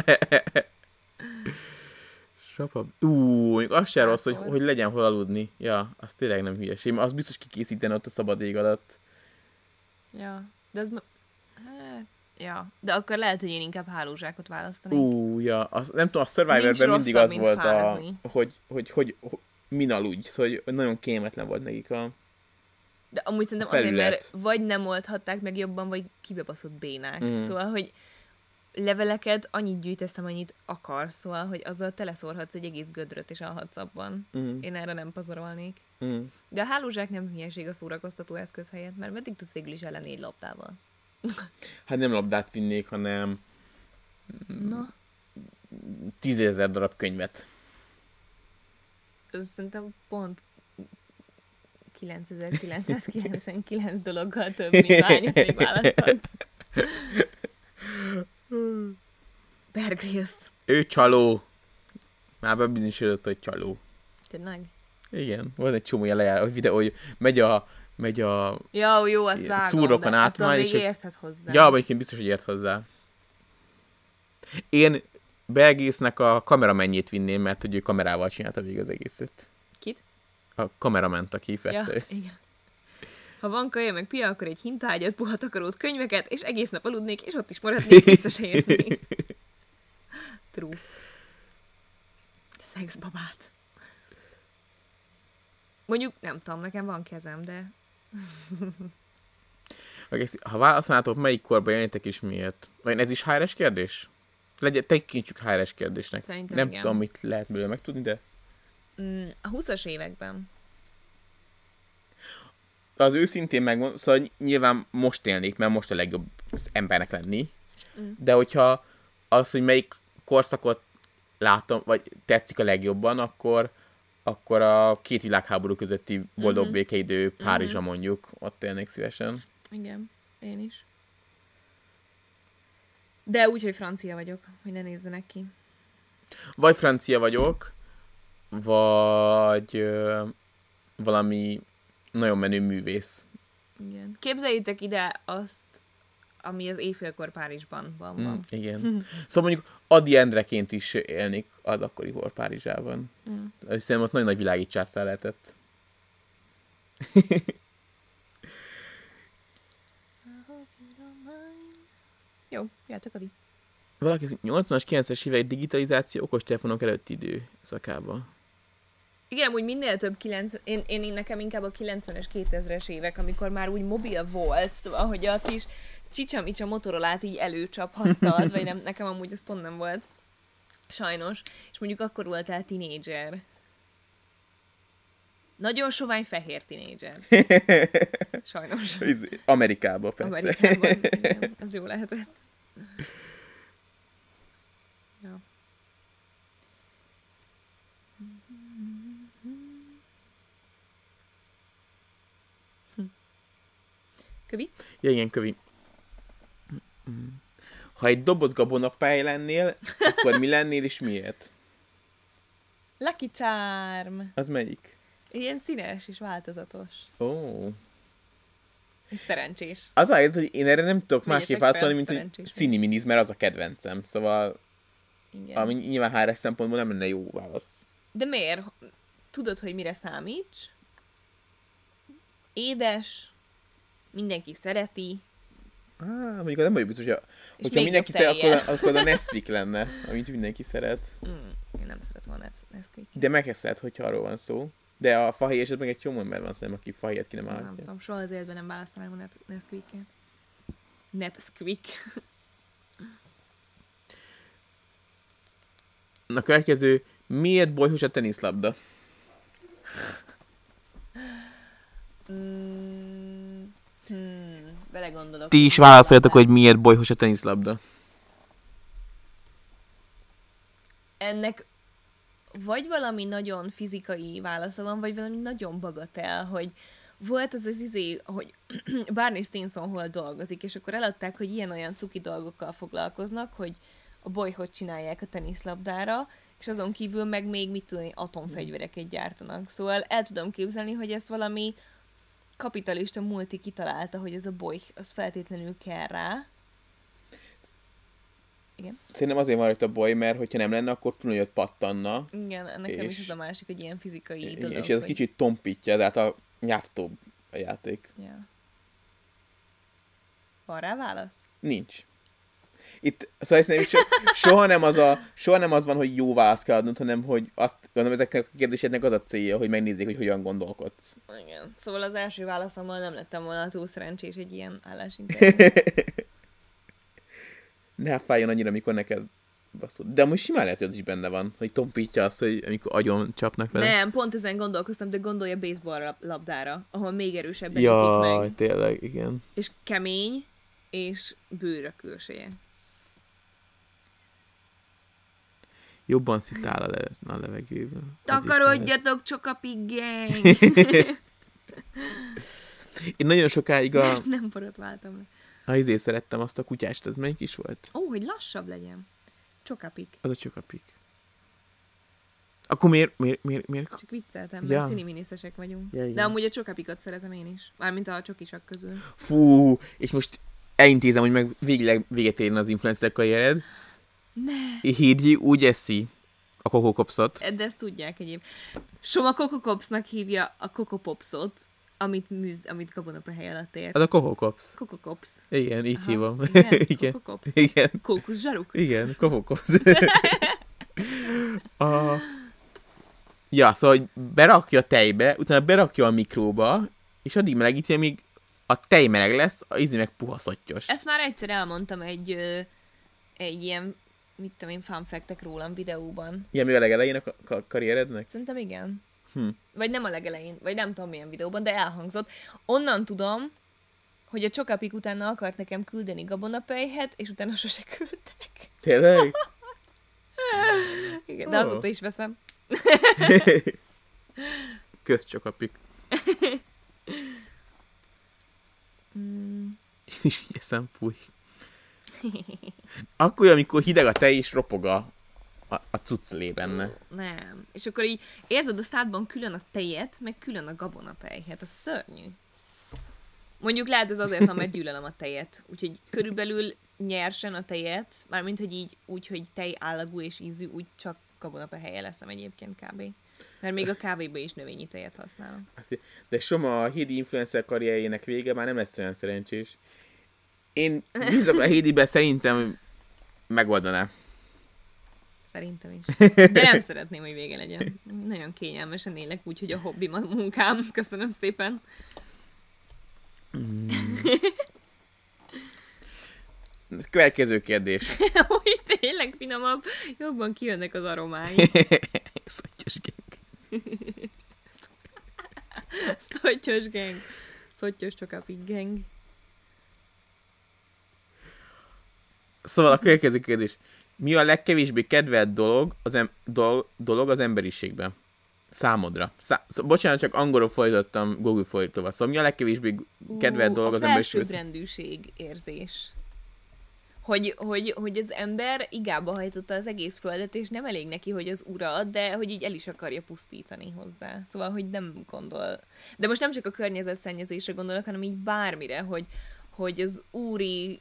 Az sem rossz, hogy legyen hol aludni. Ja, az tényleg nem hülyeség. Az biztos kikészíteni ott a szabad ég alatt. Ja, de az... Ja, de akkor lehet, hogy én inkább hálózsákot választanék. Ja, nem tudom, a Survivorben mindig az volt, hogy min aludj, hogy nagyon kémetlen volt nekik a de amúgy szerintem azért, mert vagy nem oldhatták meg jobban, vagy kibebaszott bénák. Szóval, hogy leveleket annyit gyűjtesz, amennyit akarsz, szóval, hogy azzal teleszórhatsz egy egész gödröt, és alhatsz abban. Én erre nem pazarolnék. De a hálózsák nem hülyeség a szórakoztató eszköz helyett, mert meddig tudsz végül is ellenni egy labdával? Hát nem labdát vinnék, hanem 10 000 darab könyvet. Ez szerintem pont 9999 dologgal több, mint hányat még választhatsz. Bear Grylls-t. Ő csaló. Már bebizonyosodott, hogy csaló. Tényleg? Igen, van egy csomó ilyen lejáró videó, hogy megy a jó, azt vágom, szúrokon át már, és érthet hozzá. Ja, vagy én biztos, hogy ért hozzá. Én Bear Grylls-nek a kameramenjét vinném, mert hogy ő kamerával csinálta végig az egészet. Kit? A kamerament, aki vette. Ja, igen. Ha van kaja meg pia, akkor egy hintágyat, puha takarót, könyveket, és egész nap aludnék, és ott is maradnék, vissza se érnék. True. Szexbabát. Mondjuk, nem tudom, nekem van kezem, de... Ha válaszolnátok, melyik korban jelenítek és miért? Vagy ez is HRS kérdés? Tekintsük HRS kérdésnek. Szerintem nem igen. tudom, mit lehet belőle megtudni, de... A 20-as években. az őszintén megmondom, szóval nyilván most élnék, mert most a legjobb az embernek lenni. De hogyha az, hogy melyik korszakot látom, vagy tetszik a legjobban, akkor a két világháború közötti boldog békeidő Párizsa mondjuk, ott élnék szívesen. Igen, én is. De úgy, hogy francia vagyok, hogy ne nézzenek ki. Vagy francia vagyok, vagy valami nagyon menő művész. Igen. Képzeljétek ide azt, ami az éjfélkor Párizsban van. Igen. Szóval mondjuk Adi Endreként is élnék az akkori kor Párizsában. Szerintem ott nagyon nagy világítsásztál lehetett. Jó, jöttök, Adi. Valaki 80-as, 90-es évek digitalizáció okostelefonok előtti idő szakában. Igen, úgy minél több én nekem inkább a 90-es, 2000-es évek, amikor már úgy mobil volt, szóval, hogy a kis csicsamicsa Motorolát így előcsaphattad, vagy nem, nekem amúgy ez pont nem volt. Sajnos. És mondjuk akkor voltál tinédzser. Nagyon sovány fehér tinédzser. Sajnos. Amerikában persze. Amerikában, igen, az jó lehetett. Ja. Kövi? Ja, igen, Kövi. Ha egy doboz gabonapály lennél, akkor mi lennél és miért? Lucky Charm. Az melyik? Ilyen színes és változatos. Ó. És szerencsés. Az a helyzet, hogy én erre nem tudok Vegyetek másképp fel, válaszolni, mint hogy szerencsés Cineminis, mert az a kedvencem. Szóval, Igen. ami nyilván HR szempontból nem lenne jó válasz. De miért? Tudod, hogy mire számíts? Édes, mindenki szereti. Mondjuk nem vagyok biztos, hogyha még mindenki jobb szeret, akkor a Nesquik lenne, amit mindenki szeret. Én nem szeret volna Nesquik. De megeszed, hogyha arról van szó. De a fahéj esetben egy csomó ember van szerintem, aki fahéjat ki nem Nem állja. tudom, soha az életben nem választanám a Nesquiket. Nesquik. A következő, miért bolyhos a teniszlabda? Vele gondolok. Ti is válaszoljatok, hogy miért bolyhos a teniszlabda. Ennek vagy valami nagyon fizikai válasza van, vagy valami nagyon bagatel, hogy volt az hogy Barney Stinson hol dolgozik, és akkor eladták, hogy ilyen-olyan cuki dolgokkal foglalkoznak, hogy a bolyhot csinálják a teniszlabdára, és azon kívül meg még mit tudom, atomfegyvereket gyártanak. Szóval el tudom képzelni, hogy ezt valami kapitalista multi kitalálta, hogy ez a bolyh, az feltétlenül kell rá. Igen. Szerintem azért van rajta boly, mert hogyha nem lenne, akkor túl nagyot pattanna. Igen, nekem is az a másik, hogy ilyen fizikai dolog. És ez hogy... kicsit tompítja, tehát a játszóbb a játék. Ja. Van rá válasz? Nincs. Itt, szóval szerintem soha nem az van, hogy jó választ kell adnod, hanem hogy azt gondolom, ezeknek a kérdéseknek az a célja, hogy megnézzék, hogy hogyan gondolkodsz. Igen. Szóval az első válaszommal nem lettem volna túl szerencsés egy ilyen állásinterjún. Ne fájjon annyira, amikor neked baszod. De most simán lehet, hogy az is benne van, hogy tompítja azt, hogy amikor agyon csapnak vele. Nem, pont ezen gondolkoztam, de gondolja baseball labdára, ahol még erősebben ütik meg. Jaj, tényleg, igen. És kemény, és bőr a külseje. Jobban szitál a levegőben. Takarodjatok, Csokapig gang! Én nagyon sokáig Nem borotváltam le. Izét szerettem azt a kutyást, ez melyik is volt? Ó, hogy lassabb legyen. Csokapik. Az a Csokapik. Akkor miért? Csak vicceltem, Ja. mert színiminiszesek vagyunk. Ja, igen. De amúgy a Csokapikot szeretem én is. Mármint a csokisak közül. Fú, és most elintézem, hogy meg véget érjen az influencer karriered. Ne! Hírgyi úgy eszi a kokókopszot. De ezt tudják egyéb. Soma Kokokopsnak hívja a Kokopopsot, amit gabonapehely alatt ért. Az a kokókopsz. Kokokops. Igen, így Aha, hívom. Igen, Igen. Kokokops. Igen. Kókusz zsaruk. Igen, kokókopsz. Ja, szóval hogy berakja a tejbe, utána berakja a mikróba, és addig melegíti, amíg a tej meleg lesz, a íze meg puha szottyos. Ezt már egyszer elmondtam egy ilyen, mit tudom én, fun fact-ek rólam videóban. Igen, mi a legelején a karrierednek? Szerintem igen. Vagy nem a legelején, vagy nem tudom milyen videóban, de elhangzott. Onnan tudom, hogy a Csokapik utána akart nekem küldeni gabonapelyhet, és utána sose küldtek. Tényleg? Igen, de azóta is veszem. Kösz Csokapik. Én is így eszem, fúj. Akkor, amikor hideg a tej, és ropog a cucclé benne. Nem. És akkor így érzed a szádban külön a tejet, meg külön a gabonapelyhet. Az szörnyű. Mondjuk lehet ez azért, mert gyűlölöm a tejet. Úgyhogy körülbelül nyersen a tejet, mármint, hogy így úgy, hogy tej állagú és ízű, úgy csak gabonapehelye leszem egyébként kb. Mert még a kávéba is növényi tejet használom. De Soma a Hédi influencer karrierjének vége már nem lesz olyan szerencsés. Én bízok a Hédiben, szerintem megoldaná. Szerintem is. De nem szeretném, hogy vége legyen. Nagyon kényelmesen élek, úgyhogy a hobbim a munkám. Köszönöm szépen. Következő kérdés. Úgy tényleg finomabb, jobban kijönnek az aromái. Szottyos gang. Szottyos gang. Szottyos Csokapik gang. Szóval a következő kérdés. Mi a legkevésbé kedvelt dolog az emberiségben? Számodra. Bocsánat, csak angolul fordítottam Google fordítóval. Szóval mi a legkevésbé kedvelt dolog az emberiségben? A felsőbbrendűség érzés. Hogy az ember igába hajtotta az egész földet, és nem elég neki, hogy az ura, de hogy így el is akarja pusztítani hozzá. Szóval, hogy nem gondol. De most nem csak a környezetszennyezésre gondolok, hanem így bármire, hogy az úri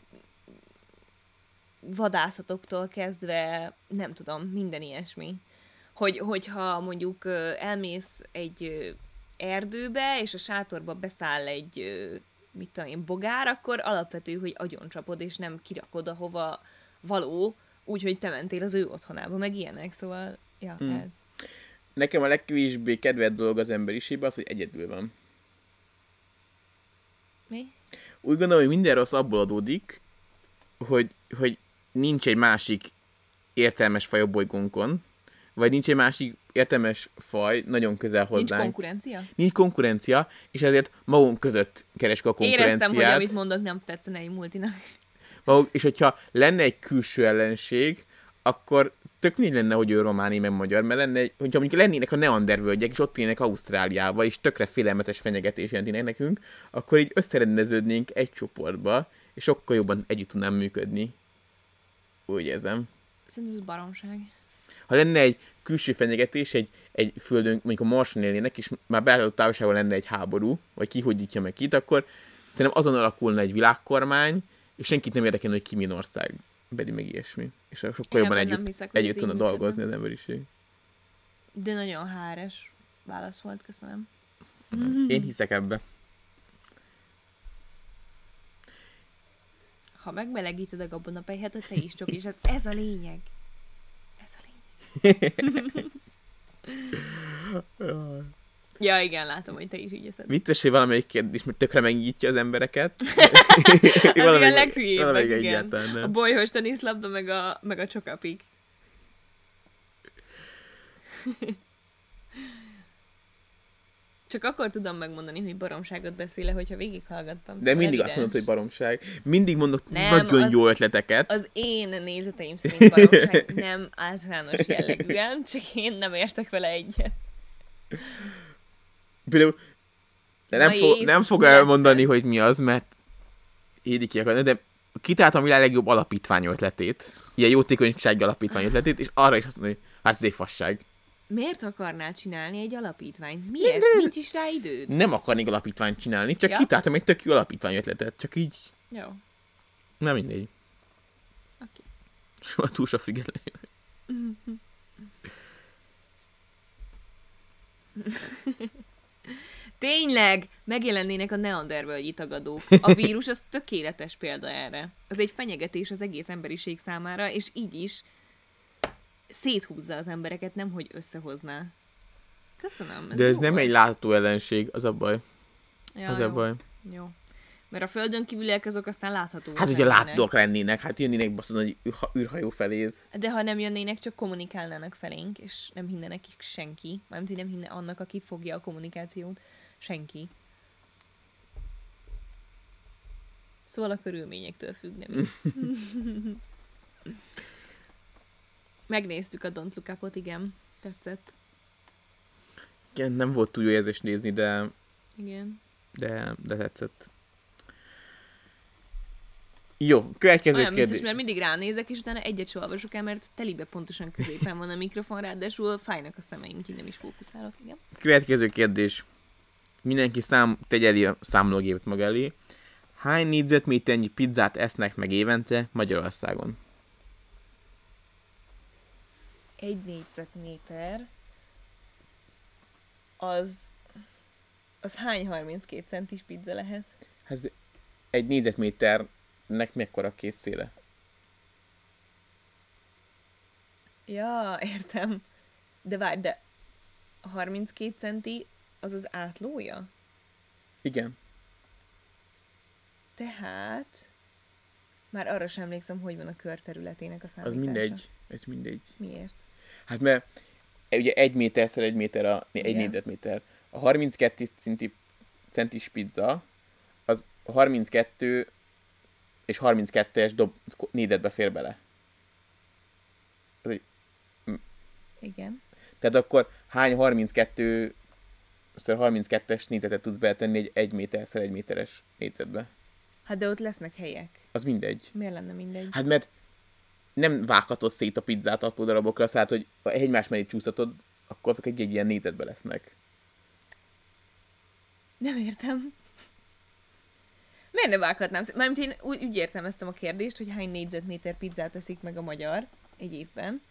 vadászatoktól kezdve, nem tudom, minden ilyesmi. Hogyha mondjuk elmész egy erdőbe, és a sátorba beszáll egy mit tudom én, bogár, akkor alapvető, hogy agyoncsapod, és nem kirakod, ahova való, úgyhogy te mentél az ő otthonába, meg ilyenek, szóval, ja, ez. Nekem a legkevésbé kedvelt dolog az emberiségben az, hogy egyedül van. Mi? Úgy gondolom, hogy minden rossz abból adódik, hogy nincs egy másik értelmes faj a bolygónkon, vagy nincs egy másik értelmes faj nagyon közel hozzánk. Nincs konkurencia? Nincs konkurencia, és ezért magunk között keresik a konkurenciát. Éreztem, hogy amit mondok, nem tetszene egy multinak. És hogyha lenne egy külső ellenség, akkor tök mindegy lenne, hogy ő románi, meg magyar, mert lenne hogyha mondjuk lennének a neandervölgyek, és ott élnek Ausztráliában, és tökre félelmetes fenyegetés jelentenek nekünk, akkor így összerendeződnénk egy csoportba, és sokkal jobban együtt tudnám működni. Úgy érzem. Szerintem ez baromság. Ha lenne egy külső fenyegetés, egy földön, mondjuk a Marson élnének, és már belátható távolságban lenne egy háború, vagy ki hódítja meg kit, akkor szerintem azon alakulna egy világkormány, és senkit nem érdekelne, hogy ki milyen ország beli, meg ilyesmi. És sokkal jobban együtt tudna dolgozni az emberiség. De nagyon háres válasz volt, köszönöm. Én hiszek ebbe. Ha megmelegíted a gabonapelyhet, te is csak, és ez a lényeg. Ez a lényeg. Ja, igen, látom, hogy te is így eszed. Vicces, hogy valamelyik kérdés, mert tökre megnyitja az embereket. Az igen leghülyébbek, igen. A bolyhos teniszlabda, meg a Csokapik. Csak akkor tudom megmondani, hogy baromságot beszél, hogyha végighallgattam. De mindig azt mondod, hogy baromság. Mindig mondok nagyon jó ötleteket. Az én nézeteim szerint baromság nem általános jellegűen, csak én nem értek vele egyet. Például nem fog elmondani, hogy mi az, mert Hédi ki akarna, de kitáltam a világ legjobb alapítvány ötletét, ilyen jótékonysági alapítvány ötletét, és arra is azt mondja, hogy hát ez egy fasság. Miért akarnál csinálni egy alapítványt? Miért? Nincs is rá időd? Nem akarnék alapítványt csinálni, csak kitáltam egy tök jó alapítvány ötletet, csak így... Jó. Nem mindegy. Oké. Soha túl sok független. Tényleg, megjelennének a neandervölgyi tagadók. A vírus az tökéletes példa erre. Az egy fenyegetés az egész emberiség számára, és így is széthúzza az embereket, nemhogy összehozná. Köszönöm. De ez nem egy látható ellenség, az a baj. Ja, az jó. a baj. Jó. Mert a földön kívüliek azok aztán láthatóak. Hát, hogyha láthatóak lennének, hát jönnének baszod nagy űrhajó felé. De ha nem jönnének, csak kommunikálnának felénk, és nem hinne nekik senki. Mármint, hogy nem hinne annak, aki fogja a kommunikációt. Senki. Szóval a körülményektől függ, nem? Megnéztük a Don't Look Up-ot, igen. Tetszett. Igen, nem volt túl jó érzés nézni, Igen. de tetszett. Jó, következő Olyan kérdés. vicces, mert mindig ránézek, és utána egyet sem olvasok el, mert telibe pontosan középen van a mikrofon, ráadásul fájnak a szemeim, úgyhogy nem is fókuszálok, igen. Következő kérdés. Mindenki tegye elé a számológépet maga elé. Hány négyzetméternyi pizzát esznek meg évente Magyarországon? 1 négyzetméter az hány 32 centis pizza lehet? Hát egy négyzetméternek mekkora készszéle? Ja, értem. De várj, de a 32 centi az az átlója? Igen. Tehát már arra sem emlékszem, hogy van a körterületének a számítása. Az mindegy. Ez mindegy. Miért? Hát mert ugye 1 méterszer 1 méter egy Igen. négyzetméter. A 32 centis pizza az 32 és 32-es négyzetbe fér bele. Igen. Tehát akkor hány 32 32-es négyzetet tudsz beletenni egy 1 méterszer 1 méteres négyzetbe? Hát de ott lesznek helyek. Az mindegy. Miért lenne mindegy? Hát mert nem vághatod szét a pizzát apró darabokra, szóval hogy egymás mellé csúsztatod, akkor azok egy ilyen négyzetbe lesznek. Nem értem. Miért ne vághatnám? Mármint én úgy értelmeztem a kérdést, hogy hány négyzetméter pizzát eszik meg a magyar egy évben,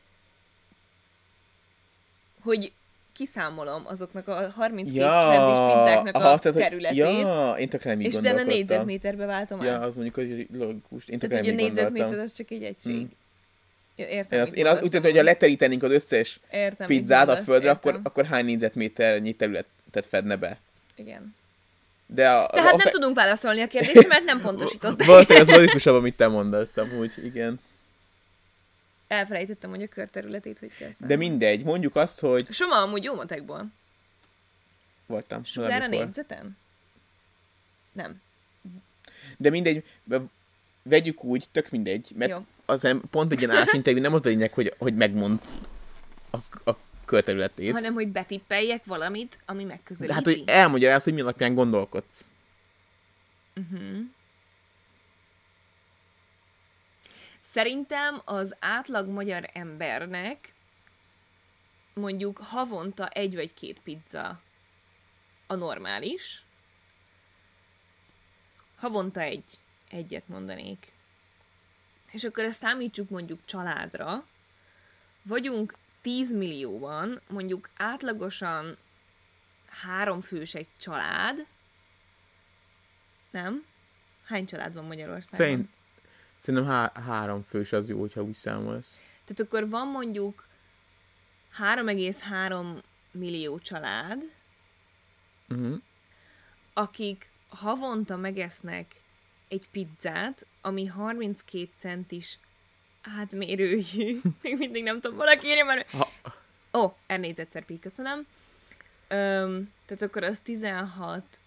hogy kiszámolom azoknak a 32 centis pizzáknak a területét, én tökre nem így és utána gondolkodtam. négyzetméterbe váltom Ja, át. az mondjuk, hogy logikus. Én tökre Tehát, hogy nem a így gondoltam. négyzetméter az csak egy egység. Értem, Én azt úgy tudom, hogy ha leterítenénk az összes pizzát a földre, akkor hány négyzetméternyi területet fedne be? Igen. Tehát nem tudunk válaszolni a kérdésre, mert nem pontosították. Valószínűleg az logikusabb, amit te mondasz, amúgy, igen. Elfelejtettem, hogy a körterületét hogy kell számolni. De mindegy, mondjuk azt, hogy... Soma amúgy jó matekból. Voltam. Sugár a négyzeten? Nem. De mindegy, vegyük úgy, tök mindegy, mert az nem, pont egy ilyen állásinterjú nem az a lényeg, hogy megmond a körterületét. Hanem, hogy betippeljek valamit, ami megközelíti. De hát, hogy elmagyaráz, hogy mi alapján gondolkodsz. Szerintem az átlag magyar embernek mondjuk havonta 1 vagy 2 pizza a normális. Havonta egyet mondanék. És akkor ezt számítsuk mondjuk családra. Vagyunk 10 millióan, mondjuk átlagosan 3 fős egy család. Nem? Hány család van Magyarországon? Szerintem 3 fős az jó, hogyha úgy számolsz. Tehát akkor van mondjuk 3,3 millió család, akik havonta megesznek egy pizzát, ami 32 centis átmérőjű. Még mindig nem tudom, valaki írja már. R négyzetszer pi, köszönöm. Tehát akkor az 16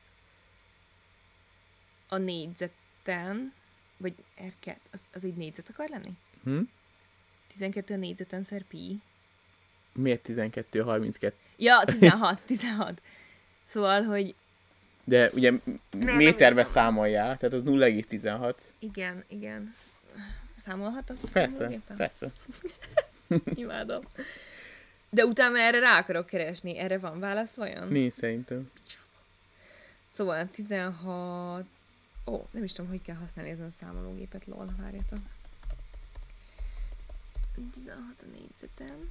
a négyzeten, vagy R2, az egy négyzet akar lenni? 12 a négyzeten szer pi. Miért 12 a 32? Ja, 16. Szóval, hogy... De ugye méterbe számoljál, tehát az 0,16. Igen. Számolhatok? Persze. Imádom. De utána erre rá akarok keresni. Erre van válasz vajon? Nincs szerintem. Szóval 16... nem is tudom, hogy kell használni ezen a számológépet, lol, várjatok. 16 a négyzeten.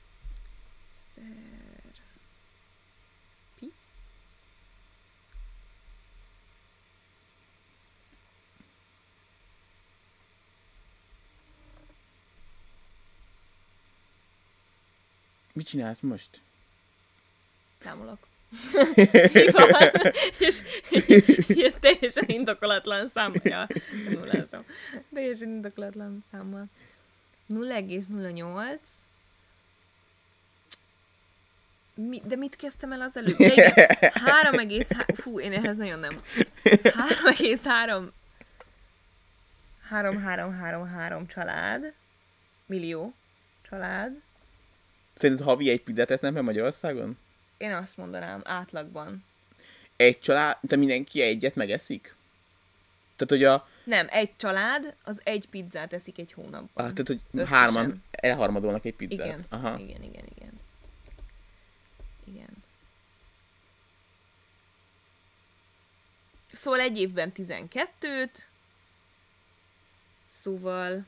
Pi. Mit csinálsz most? Számolok. Mi van? És ilyen teljesen indokolatlan számmal. Ja, nullázom. Teljesen indokolatlan számmal. 0,08. De mit kezdtem el az előbb? Ja, igen. 3,3... Fú, én ehhez nagyon nem. 3,3... 3,333 család. Millió család. Szerinted havi egy pizzát esznek meg Magyarországon? Én azt mondanám, átlagban. Egy család, de mindenki egyet megeszik? Tehát, hogy Nem, egy család, az egy pizzát eszik egy hónapban. tehát, hogy Összesen. hárman elharmadolnak egy pizzát. Igen, Aha. igen. Szóval egy évben 12-t, szóval...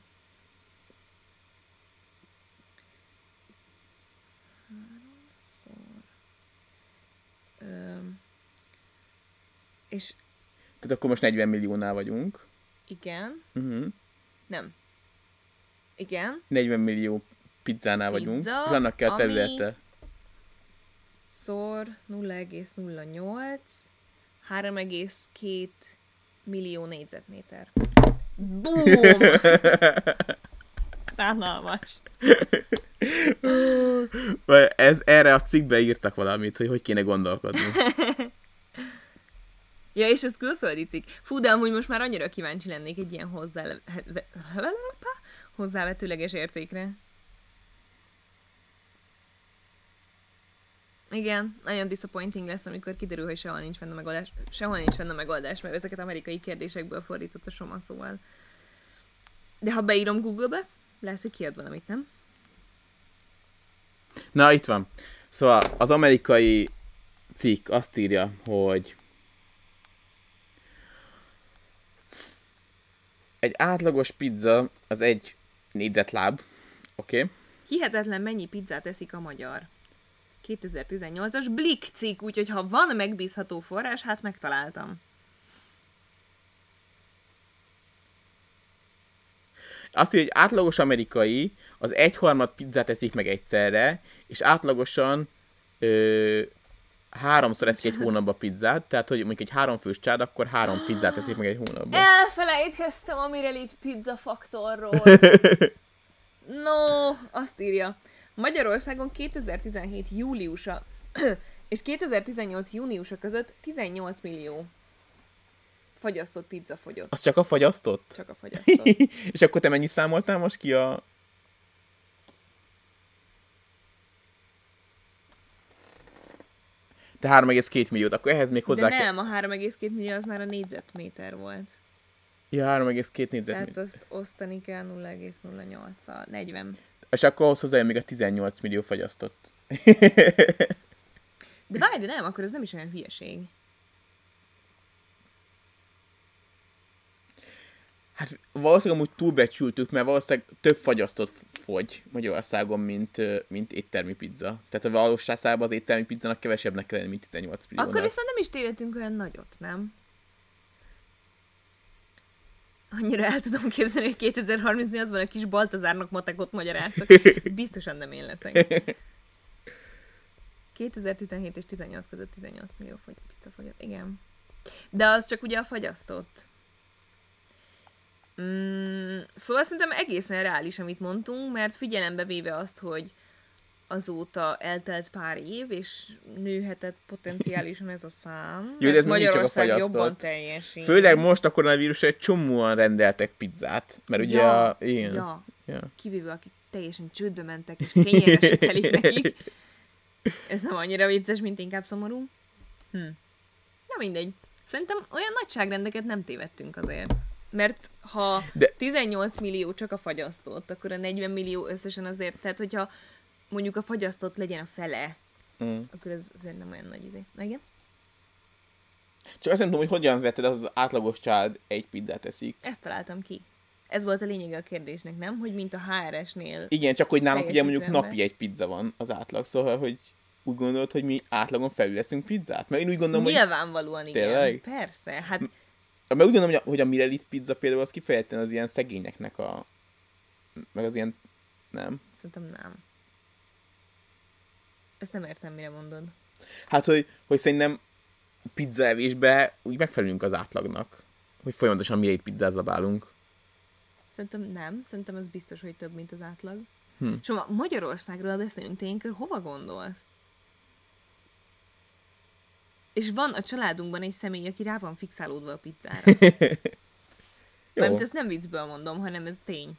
És Tehát akkor most 40 milliónál vagyunk. igen, nem. 40 millió pizzánál Pizza, vagyunk. És annak kell ami- területe. Szor 0,08, 3,2 millió négyzetméter. Boom! Szánalmas. Erre a cikkbe írtak valamit, hogy kéne gondolkodni. Ja, és ez külföldi cikk. Fú, de amúgy most már annyira kíváncsi lennék egy ilyen hozzávetőleges értékre. Igen, nagyon disappointing lesz, amikor kiderül, hogy sehol nincs fenn a megoldás. Sehol nincs fenn a megoldás, mert ezeket amerikai kérdésekből fordított a Soma, szóval. De ha beírom Google-be, lehet, hogy kiad valamit, nem? Na, itt van. Szóval az amerikai cikk azt írja, hogy egy átlagos pizza az egy négyzetláb, oké? Okay? Hihetetlen mennyi pizzát eszik a magyar. 2018-as Blick cikk, úgyhogy ha van megbízható forrás, hát megtaláltam. Azt írja, hogy átlagos amerikai az egyharmad pizzát eszik meg egyszerre, és átlagosan háromszor eszik egy hónapban pizzát, tehát hogy mondjuk egy 3 fős család, akkor 3 pizzát eszik meg egy hónapban. Elfelejtkeztem a Mirelit pizza faktorról. No, azt írja. Magyarországon 2017 júliusa és 2018 júniusa között 18 millió fagyasztott pizza fogyott. Az csak a fagyasztott? Csak a fagyasztott. És akkor te mennyit számoltál most ki a... Te 3,2 milliót, akkor ehhez még hozzá De nem, a 3,2 millió az már a négyzetméter volt. Ja, 3,2 Tehát négyzetméter. azt osztani kell 0,08-al, 40. És akkor ahhoz hozzájön még a 18 millió fagyasztott. De várj, de nem, akkor ez nem is olyan hülyeség. Hát valószínűleg amúgy túlbecsültük, mert valószínűleg több fagyasztott fogy Magyarországon, mint éttermi pizza. Tehát a valóságában az éttermi pizzának kevesebbnek kell lenni, mint 18 milliónak. Akkor viszont nem is tévedtünk olyan nagyot, nem? Annyira el tudom képzelni, hogy 2038-ban a kis Baltazárnak matekot magyaráztak. Ez biztosan nem én leszek. 2017 és 18 között 18 millió pizza fogyott. Igen. De az csak ugye a fagyasztott. Szóval szerintem egészen reális, amit mondtunk, mert figyelembe véve azt, hogy azóta eltelt pár év, és nőhetett potenciálisan ez a szám. Jó, de ez mindig csak a Magyarország fagyasztott. jobban teljesít. Főleg most a koronavírusra egy csomóan rendeltek pizzát. Mert ugye igen. Ja. Kivéve, akik teljesen csődbe mentek, és kényelre se telik nekik. Ez nem annyira vicces, mint inkább szomorú. Na mindegy. Szerintem olyan nagyságrendeket nem tévedtünk azért. Mert ha 18 millió csak a fagyasztott, akkor a 40 millió összesen azért, tehát hogyha mondjuk a fagyasztott legyen a fele, akkor ez azért nem olyan nagy izé. Na igen? Csak azt nem tudom, hogy hogyan vetted az átlagos család egy pizzát eszik. Ezt találtam ki. Ez volt a lényege a kérdésnek, nem? Hogy mint a HRS-nél. Igen, csak hogy nálunk ugye mondjuk teljesítő napi egy pizza van az átlag, szóval, hogy úgy gondolod, hogy mi átlagon felül leszünk pizzát? Mert én úgy gondolom, Nyilvánvalóan hogy... igen. Tényleg? Persze, hát... Mert úgy gondolom, hogy a Mirelit pizza például az kifejezetten az ilyen szegényeknek a... Meg az ilyen... Nem? Szerintem nem. Ezt nem értem, mire mondod. Hát, hogy szerintem pizzaevésbe úgy megfelelünk az átlagnak. Hogy folyamatosan miért pizzázabálunk. Szerintem nem. Szerintem ez biztos, hogy több, mint az átlag. Hm. És ha Magyarországról beszélünk, te ilyenkor hova gondolsz? És van a családunkban egy személy, aki rá van fixálódva a pizzára. Jó. Mármint ezt nem viccből mondom, hanem ez tény.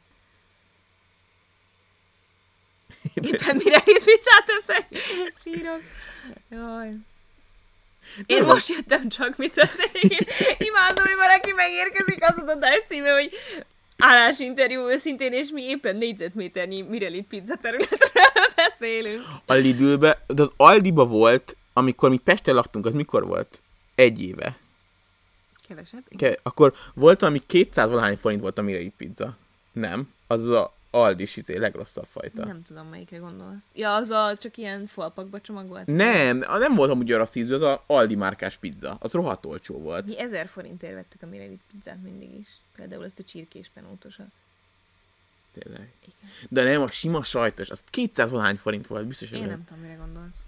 Éppen mire itt pizzát eszek? Sírok. Jaj. Én most jöttem csak, mi történik. Imádom, hogy valaki megérkezik, az adás címe, hogy állásinterjú őszintén, és mi éppen négyzetméternyi Mirelit pizza területről beszélünk. A Lidlbe, de az Aldiba volt, amikor mi Pesten laktunk, az mikor volt? 1 éve. Kevesebb? Akkor volt valami 200 valahány forint volt a Mirelit pizza. Nem? Az a Aldis legrosszabb fajta. Nem tudom, melyikre gondolsz. Ja, az a csak ilyen falpakba csomagolt. Nem volt amúgy arra szízű, az a Aldi márkás pizza. Az rohadt olcsó volt. Mi 1000 forintért vettük a Mirelit pizzát mindig is. Például ezt a csirkés penótosat. Tényleg. Igen. De nem, a sima sajtos, az 200 valahány forint volt, biztos, hogy Én nem tudom, mire gondolsz.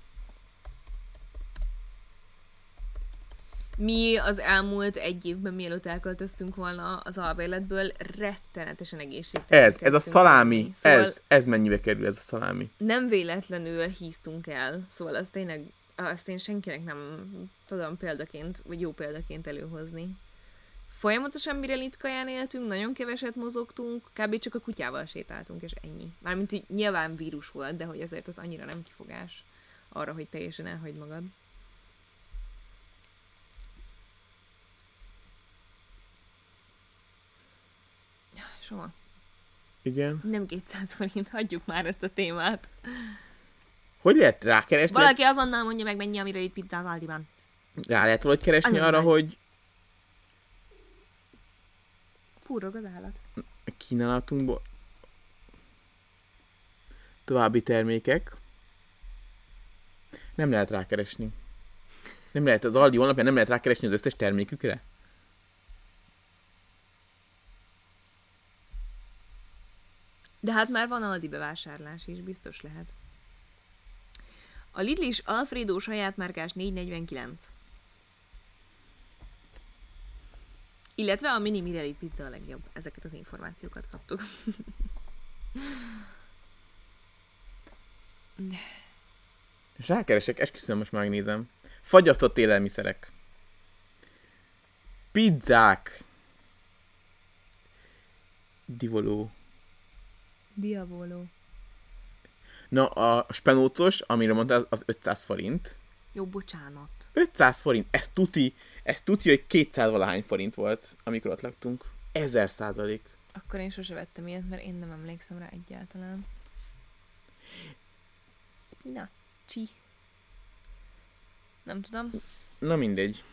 Mi az elmúlt 1 évben, mielőtt elköltöztünk volna az albérletből, rettenetesen egészségtelen. Ez a szalámi, Szóval ez mennyibe kerül ez a szalámi? nem véletlenül híztunk el, szóval azt én senkinek nem tudom példaként, vagy jó példaként előhozni. Folyamatosan Mirelit kaján éltünk, nagyon keveset mozogtunk, kb. Csak a kutyával sétáltunk, és ennyi. Mármint, hogy nyilván vírus volt, de hogy azért az annyira nem kifogás arra, hogy teljesen elhagyd magad. Soha. Igen. Nem 200 forint, hagyjuk már ezt a témát. Hogy lehet rákeresni? Valaki azonnal mondja meg, mennyi a Mirelit pizza az Aldiban. Rá lehet valahogy keresni Azon arra, vagy. hogy Púrog az állat. a kínálatunkból további termékek. Nem lehet rákeresni. Nem lehet az Aldi honlapján nem lehet rákeresni az összes termékükre? De hát már van Aldi bevásárlás is, biztos lehet. A Lidl is Alfredo saját márkás 4,49. Illetve a mini Mirelit pizza a legjobb. Ezeket az információkat kaptuk. És rákeresek, esküszöm, most megnézem. Fagyasztott élelmiszerek. Pizzák. Divoló. Diavolo. Na, a spenótos, amire mondtál, az 500 forint. Jó, bocsánat. 500 forint. Ez tuti, hogy 200 valahány forint volt, amikor ott laktunk. 1000%. Akkor én sose vettem ilyet, mert én nem emlékszem rá egyáltalán. Spinacci. Nem tudom. Na mindegy.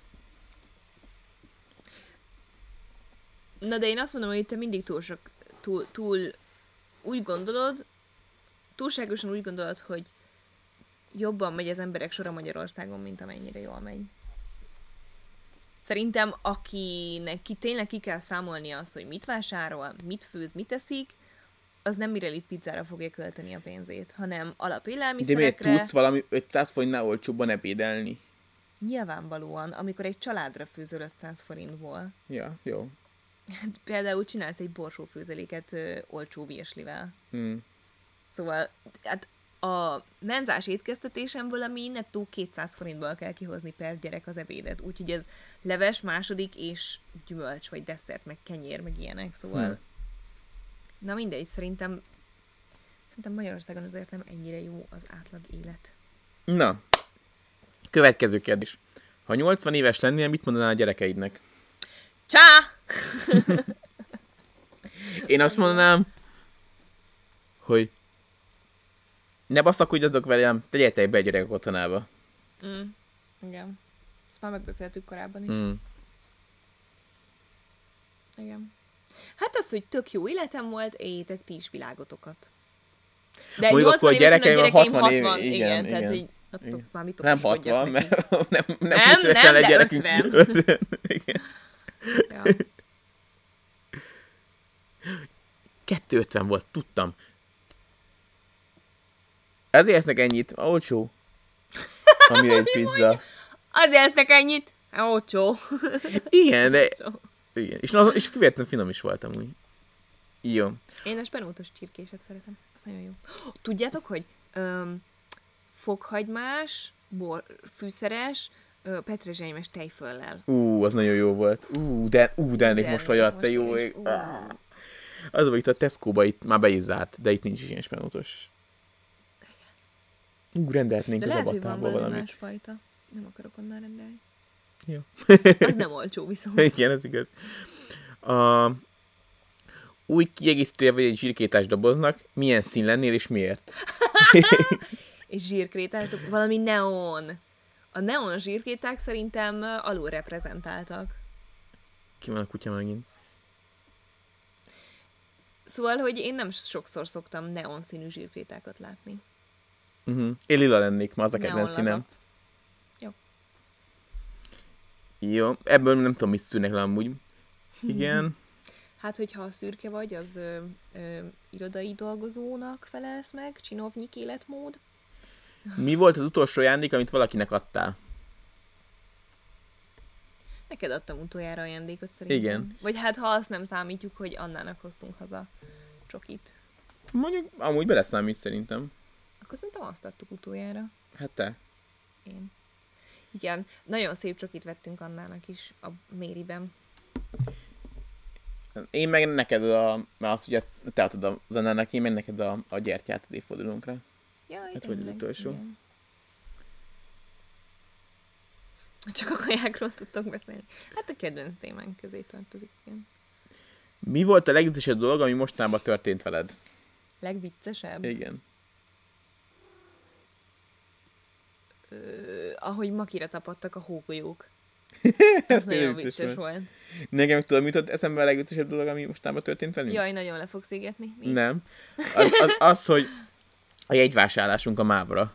Na de én azt mondom, hogy te mindig túl úgy gondolod, túlságosan úgy gondolod, hogy jobban megy az emberek sora Magyarországon, mint amennyire jól megy. Szerintem, akinek tényleg ki kell számolnia azt, hogy mit vásárol, mit főz, mit eszik, az nem Mirelit pizzára fogja költeni a pénzét, hanem De alapélelmiszerekre. miért tudsz valami 500 forintnál olcsóbban ebédelni? Nyilvánvalóan, amikor egy családra főzöl 500 forintból. Ja, jó. Például csinálsz egy borsófőzeléket olcsó virslivel. Mm. Szóval hát a menzás étkeztetésemből, ami nettó 200 forintból kell kihozni per gyerek az ebédet. Úgyhogy ez leves, második és gyümölcs, vagy desszert, meg kenyér, meg ilyenek. Szóval na mindegy, szerintem Magyarországon azért nem ennyire jó az átlag élet. Na, következő kérdés. Ha 80 éves lennél, mit mondanál a gyerekeidnek? Csá! Én azt mondanám, hogy ne baszakodjatok velem, tegyetek be egy gyerekek otthonába. Igen. Ezt már megbeszéltük korábban is. Mm. Igen. Hát az, hogy tök jó életem volt, éljétek ti is világotokat. De Mondjuk 80 akkor a évesen gyerekeim 60 év- igen, igen, tehát igen. így attól már mit Nem okoskodjak 60, neki. mert nem Nem, 20 évesen de egy gyerekünk. 50. 50. Igen. Ja. 250 volt, tudtam. Ezért esznek ennyit, olcsó. amire egy pizza. Azért esznek ennyit? Olcsó. Igen, de... Olcsó. Igen. És kivétlen finom is voltam úgy. Jó. Én a spenótos csirkéset szeretem. Az nagyon jó. Tudjátok, hogy fokhagymás, fűszeres, petrezselymes tejföllel. Az nagyon jó volt. De ennék most olyat, te jó ég. Az, hogy itt a Tesco-ba itt már be is zárt, de itt nincs is ilyen spenótos. Rendelhetnénk az abattából valamit. Másfajta. Nem akarok onnan rendelni. Jó. Az nem olcsó viszont. Igen, ez igaz. Új kiegészítője vagy egy zsírkétás doboznak, milyen szín lennél és miért? És zsírkrétás, valami neon. A neon zsírkréták szerintem alul reprezentáltak. Ki van a kutya megint? Szóval, hogy én nem sokszor szoktam neon színű zsírkrétákat látni. Én lila lennék, ma az a kedvenc színem. Lazac. Jó. Jó, ebből nem tudom, mit szűrnek le amúgy. Igen. Hát, hogyha szürke vagy, az irodai dolgozónak felelsz meg, csinovnyik életmód. Mi volt az utolsó ajándék, amit valakinek adtál? Neked adtam utoljára ajándékot szerintem. Igen. Vagy hát, ha azt nem számítjuk, hogy Annának hoztunk haza csokit. Mondjuk, amúgy beleszámít szerintem. Akkor szerintem azt adtuk utoljára. Hát te. Én. Igen, nagyon szép csokit vettünk Annának is a Mériben. Én meg neked mert azt ugye te adtad az Annának, én meg neked a gyertyát az évfordulónkra. Jaj, Hát vagy az utolsó. Igen. Csak a kajákról tudtok beszélni. Hát a kedvenc témánk közé tartozik, igen. Mi volt a legviccesebb dolog, ami mostanában történt veled? Legviccesebb? Igen. Ahogy makira tapadtak a hógolyók. Ez nagyon vicces volt. Nekem tudom, mit jutott eszembe a legviccesebb dolog, ami mostanában történt velünk? Jaj, nagyon le fogsz égetni. Mi? Nem. Az, hogy a jegyvásárlásunk a MÁV-ra.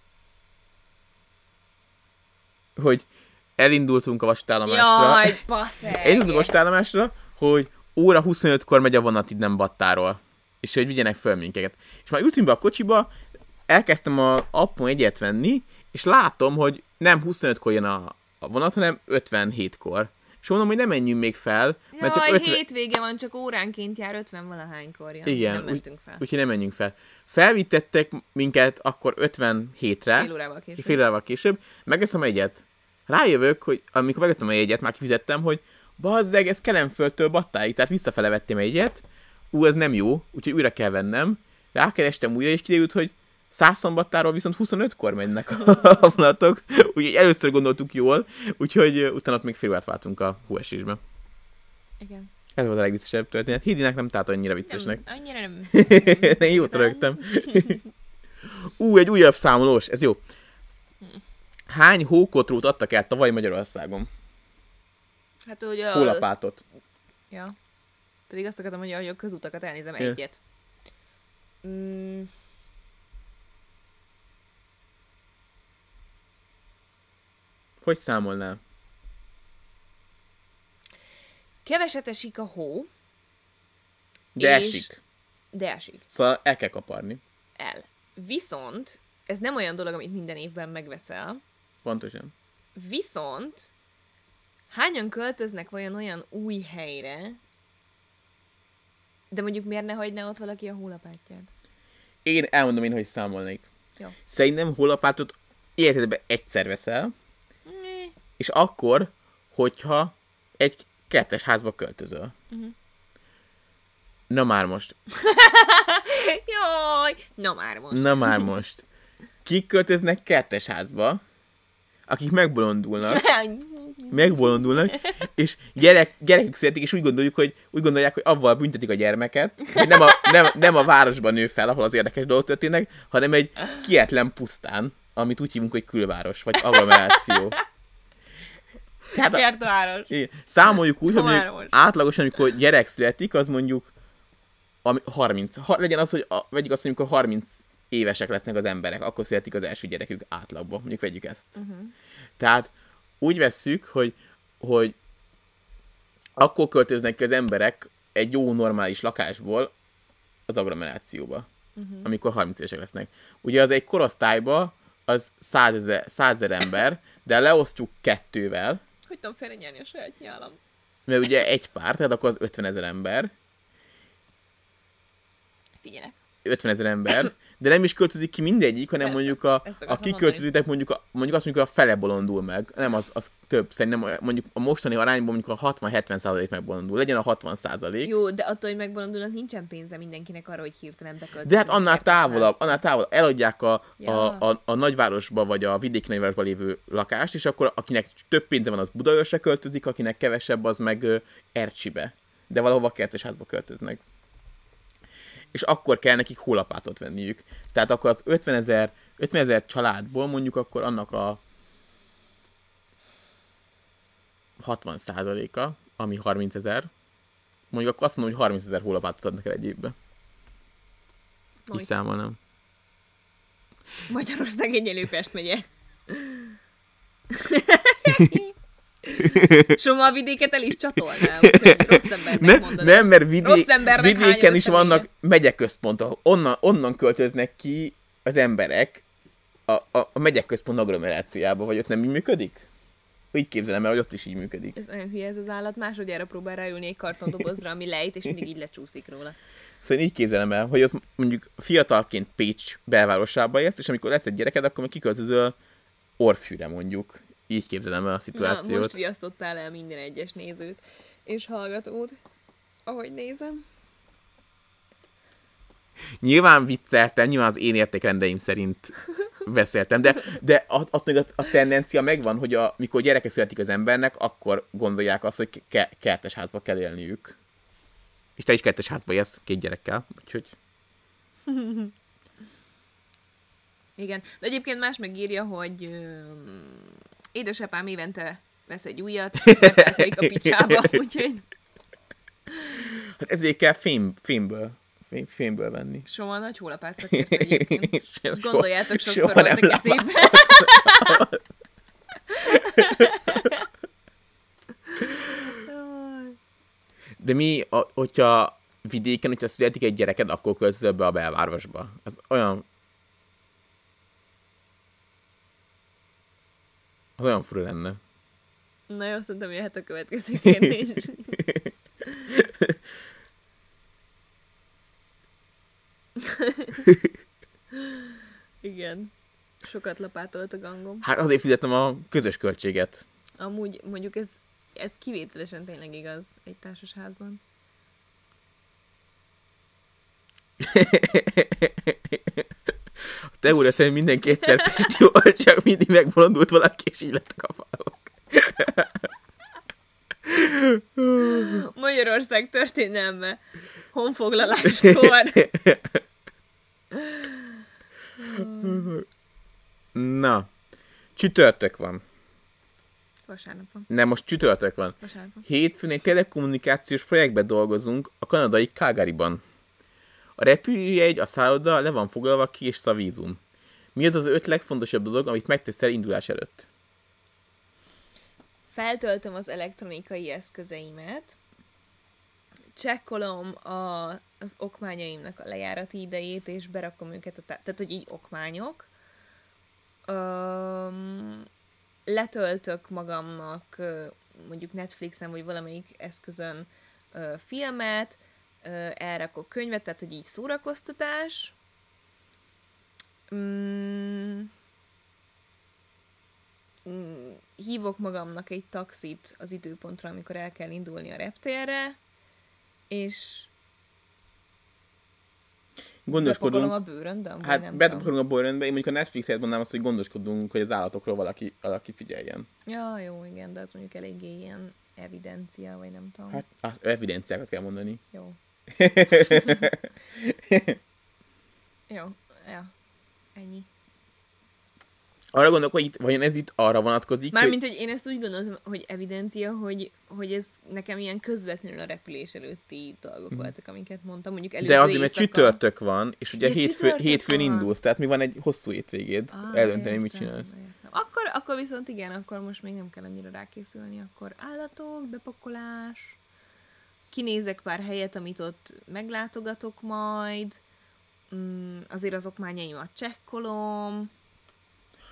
Hogy elindultunk a vasútállomásra. Jaj, basszeg! Elindultunk a vasútállomásra, hogy óra 25-kor megy a vonat innen Battáról. És hogy vigyenek föl minket. És már ültünk be a kocsiba, elkezdtem a appon egyet venni, és látom, hogy nem 25-kor jön a vonat, hanem 57-kor. És mondom, hogy nem menjünk még fel. Mert Jaj, csak 50... hétvége van, csak óránként jár 50-valahánykor. Ja. Igen, nem mentünk fel. Úgyhogy nem menjünk fel. Felvittettek minket akkor 57-re. Fél órával később. Megveszem egyet. Rájövök, hogy amikor megvettem a jegyet, már kifizettem, hogy bazzeg, ez Kelenföldtől Battáig, tehát visszafele vettem egyet. Ez nem jó, úgyhogy újra kell vennem. Rákerestem újra, és kiderült, hogy Szászombattáról viszont 25-kor mennek a vonatok. Úgyhogy először gondoltuk jól, úgyhogy utána még fél órát váltunk a hóesésbe. Igen. Ez volt a legviccesebb történet. Hidinek nem tehát annyira viccesnek. Nem, annyira nem. Én jót rögtem. Egy újabb számolós, ez jó. Hány hókotrót adtak el tavaly Magyarországon? Hát, hogy Hólapátot. Ja. Pedig azt akartam, hogy a közutakat elnézem egyet. Hogy számolnál? Keveset esik a hó. De esik. De esik. Szóval el kell kaparni. Viszont, ez nem olyan dolog, amit minden évben megveszel. Pontosan. Viszont, hányan költöznek olyan új helyre, de mondjuk miért ne hagyná ott valaki a hólapátját? Én elmondom hogy számolnék. Jó. Szerintem hólapátot életedben egyszer veszel, és akkor, hogyha egy kertes házba költözöl. Na már most. Jaj! Na már most. Kik költöznek kertes házba, akik megbolondulnak, és gyerekük születik, és úgy gondolják, hogy avval büntetik a gyermeket, hogy nem a városban nő fel, ahol az érdekes dolgok történnek, hanem egy kietlen pusztán, amit úgy hívunk, hogy külváros, vagy agglomeráció. Kertváros. Számoljuk úgy, hogy átlagosan, amikor gyerek születik, az mondjuk 30. Legyen az, hogy vegyük azt, hogy amikor 30 évesek lesznek az emberek, akkor születik az első gyerekük átlagban. Mondjuk vegyük ezt. Tehát úgy vesszük, hogy akkor költöznek ki az emberek egy jó, normális lakásból az agglomerációba, amikor 30 évesek lesznek. Ugye az egy korosztályba az 100 000 ember, de leosztjuk 2-vel, Hogy tudom félrenyelni a saját nyálam? mert ugye egy pár, tehát akkor az 50 000 ember, Figyelek. 50 000 ember, de nem is költözik ki mindegyik, hanem Persze, mondjuk ezt a akartam kiköltözőtek mondjuk a fele bolondul meg. Nem, az több. Szerintem mondjuk a mostani arányban mondjuk a 60-70% megbolondul. Legyen a 60%. Jó, de attól, hogy megbolondulnak, nincsen pénze mindenkinek arra, hogy hirtelen beköltözön. De hát annál távolabb, eladják Ja. a nagyvárosba, vagy a vidéki nagyvárosba lévő lakást, és akkor akinek több pénze van, az Budaörsre költözik, akinek kevesebb, az meg Ercsibe. De valahova kertesházba költöznek. És akkor kell nekik hólapátot venniük. Tehát akkor az 50 000 családból mondjuk akkor annak a 60%-a, ami 30 000, mondjuk akkor azt mondom, hogy 30 000 hólapátot adnak el egy évbe. Így számolnám. Magyarország egyenlő Pest megye. Soma a vidéket el is csatolnám. Rossz embernek mondod. Nem, mert vidéken is hányod a vannak megyeközpontok. Onnan költöznek ki az emberek a megyeközpont agglomerációjába, vagy ott nem így működik? Így képzelem el, hogy ott is így működik. Ez olyan hülye ez az állat, másodjára próbál ráülni egy kartondobozra, ami lejt, és mindig így lecsúszik róla. Szóval így képzelem el, hogy ott mondjuk fiatalként Pécs belvárosába élsz, és amikor lesz egy gyereked, akkor meg kiköltözöl Orfűre mondjuk. Így képzelem el a szituációt. Na, most riasztottál el minden egyes nézőt és hallgatót, ahogy nézem. Nyilván vicceltem, nyilván az én értékrendeim szerint beszéltem, de attól a tendencia megvan, hogy mikor gyereke születik az embernek, akkor gondolják azt, hogy kertesházba kell élniük. És te is kertesházba élsz 2 gyerekkel, úgyhogy... Igen, de egyébként más megírja, hogy édesapám évente vesz egy újat, mert eltörik a picsába, úgyhogy... Hát ezért kell fémből venni. Soha nagy hólapát szakérsz egyébként. Gondoljátok, sokszor soha voltak nem eszébe. De hogyha vidéken, hogyha születik egy gyereked, akkor költözöl be a belvárosba. Az olyan fura lenne. Na jó, szerintem jöhet a következő kérdés. Igen. Sokat lapátolt a gangom. Hát azért fizetem a közös költséget. Amúgy mondjuk ez kivételesen tényleg igaz egy társasházban. A teória szerint mindenki egyszer pesti volt, csak mindig megbolondult valaki, és így lettek a falok. Magyarország történelme. Honfoglaláskor. Na, csütörtök van. Vasárnap van. Nem, most csütörtök van. Vasárnap van. Hétfőn egy telekommunikációs projektben dolgozunk a kanadai Calgaryban. A repülőjegy, a szálloda le van foglalva ki és szavízum. Mi az 5 legfontosabb dolog, amit megteszel indulás előtt? Feltöltöm az elektronikai eszközeimet, csekkolom az okmányaimnak a lejárati idejét, és berakom őket, tehát hogy így okmányok. Letöltök magamnak mondjuk Netflixen, vagy valamelyik eszközön filmet, elrakok könyvet, tehát hogy így szórakoztatás. Hívok magamnak egy taxit az időpontra, amikor el kell indulni a reptérre, és bepakolom a bőröndöm, vagy nem bepakolunk a bőröndbe, én mondjuk a Netflix-et mondanám azt, hogy gondoskodunk, hogy az állatokról valaki figyeljen. Ja, jó, igen, de az mondjuk eléggé ilyen evidencia, vagy nem tudom. Hát evidenciákat kell mondani. Jó. Jó, ja, ennyi. Arra gondolok, hogy vajon ez itt arra vonatkozik, Mármint, hogy én ezt úgy gondolom, hogy evidencia, hogy ez nekem ilyen közvetlenül a repülés előtti dolgok voltak, amiket mondtam, mondjuk előző de azért, mert éjszaka... csütörtök van, és ugye Ja, hétfőn van. indulsz, tehát mi van egy hosszú hétvégéd, eldönteni, mit csinálsz. Értem. Akkor viszont igen, akkor most még nem kell annyira rákészülni, akkor állatok, bepakolás, kinézek pár helyet, amit ott meglátogatok majd, azért az okmányaimat csekkolom.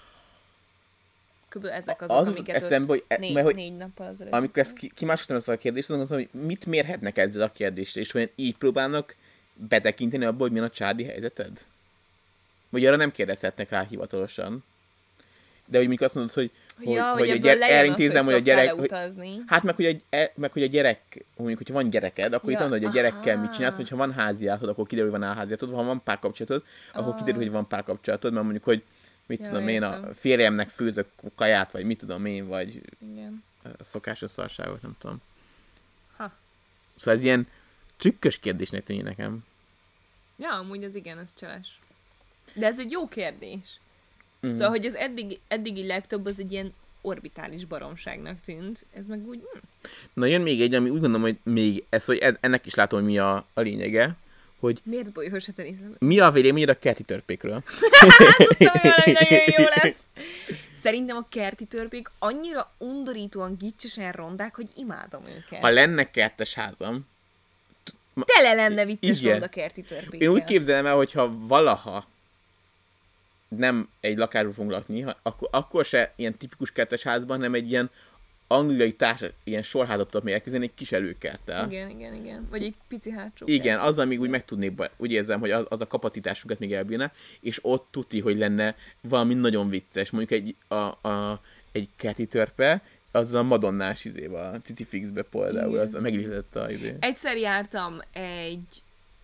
Kb. Ezek azok, Az amiket eszembe, hogy, mert, hogy 4 nappal ezelőtt. amikor ezt kimásoltam ezt a kérdést, azt gondoltam, hogy mit mérhetnek ezzel a kérdéssel, és olyan így próbálnak betekinteni abba, hogy milyen a családi helyzeted? Vagy arra nem kérdezhetnek rá hivatalosan. De hogy mikor azt mondod, hogy elintézem, hogy a gyerek... Hát meg hogy a gyerek, mondjuk, hogyha van gyereked, akkor itt mondod, hogy a gyerekkel mit csinálsz, hogyha van háziátod, akkor kiderül, hogy van álháziátod, ha van párkapcsolatod, akkor kiderül, hogy van párkapcsolatod, mert mondjuk, hogy mit tudom én, a férjemnek főzök kaját, vagy mit tudom én, vagy a szokásos szarságot, nem tudom. Szóval ez ilyen trükkös kérdésnek tűnik nekem. Ja, amúgy az igen, ez cseles. De ez egy jó kérdés. Szóval, hogy az eddigi legtöbb az egy ilyen orbitális baromságnak tűnt. Ez meg úgy... Na jön még egy, ami úgy gondolom, hogy még ez, hogy ennek is látom, hogy mi a lényege, hogy... Miért bolyhos a teniszem? Mi a véleményed a kerti törpékről? Nagyon jó lesz! Szerintem a kerti törpék annyira undorítóan gicsesen rondák, hogy imádom őket. Ha lenne kertes házam... Tele lenne vicces ronda kerti törpékkel. Én úgy képzelem el, hogyha valaha nem egy lakásban fogunk lakni, akkor se ilyen tipikus kertes házban, hanem egy ilyen angliai ilyen sorházat tudok még elképzelni, egy kis előkerttel. Igen. Vagy egy pici hátsó. Igen, azzal még úgy meg tudnék, úgy érzem, hogy az a kapacitásunkat még elbírna, és ott tuti, hogy lenne valami nagyon vicces. Mondjuk egy kerti törpe, azzal a madonnás izével, a Cicifixbe például, az megillített a izé. Egyszer jártam egy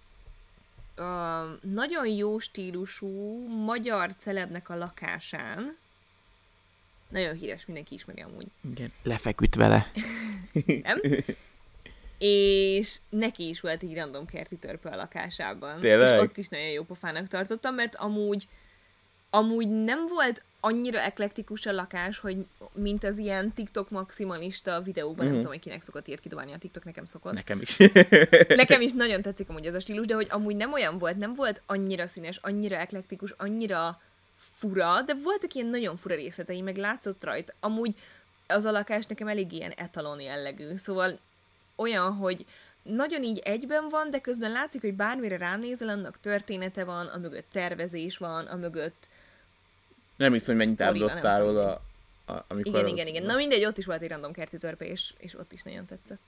nagyon jó stílusú magyar celebnek a lakásán. Nagyon híres, mindenki ismeri amúgy. Igen, lefeküdt vele. Nem? És neki is volt egy random kerti törpe a lakásában. Tényleg? És ott is nagyon jó pofának tartottam, mert amúgy nem volt annyira eklektikus a lakás, hogy mint az ilyen TikTok maximalista videóban, nem tudom, hogy kinek szokott ilyet kidobálni a TikTok, nekem szokott. Nekem is. Nekem is nagyon tetszik amúgy ez a stílus, de hogy amúgy nem olyan volt, nem volt annyira színes, annyira eklektikus, annyira fura, de voltak ilyen nagyon fura részletei, meg látszott rajta. Amúgy az a lakás nekem elég ilyen etalon jellegű, szóval olyan, hogy nagyon így egyben van, de közben látszik, hogy bármire ránézel, annak története van, amögött tervezés van, amögött nem hiszem, hogy mennyit áldoztál róla, amikor... Igen. Na mindegy, ott is volt egy random kerti törpe, és ott is nagyon tetszett.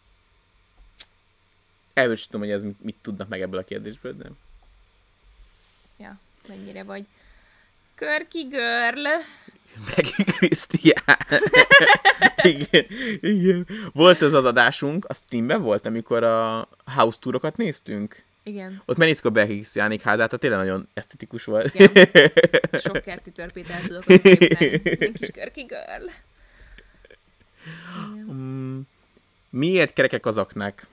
Elből sem tudom, hogy ez mit tudnak meg ebből a kérdésből, de... Ja, mennyire vagy. Körki girl! Meg Krisztián! igen. Volt az adásunk, a streamben volt, amikor a house tourokat néztünk? Igen. Ott megnéztük a Belki Krisztiánék házát, tehát tényleg nagyon esztetikus volt. Igen. Sok kerti törpét el tudok képzelni. Egy kis Körki girl. Miért kerekek az aknák?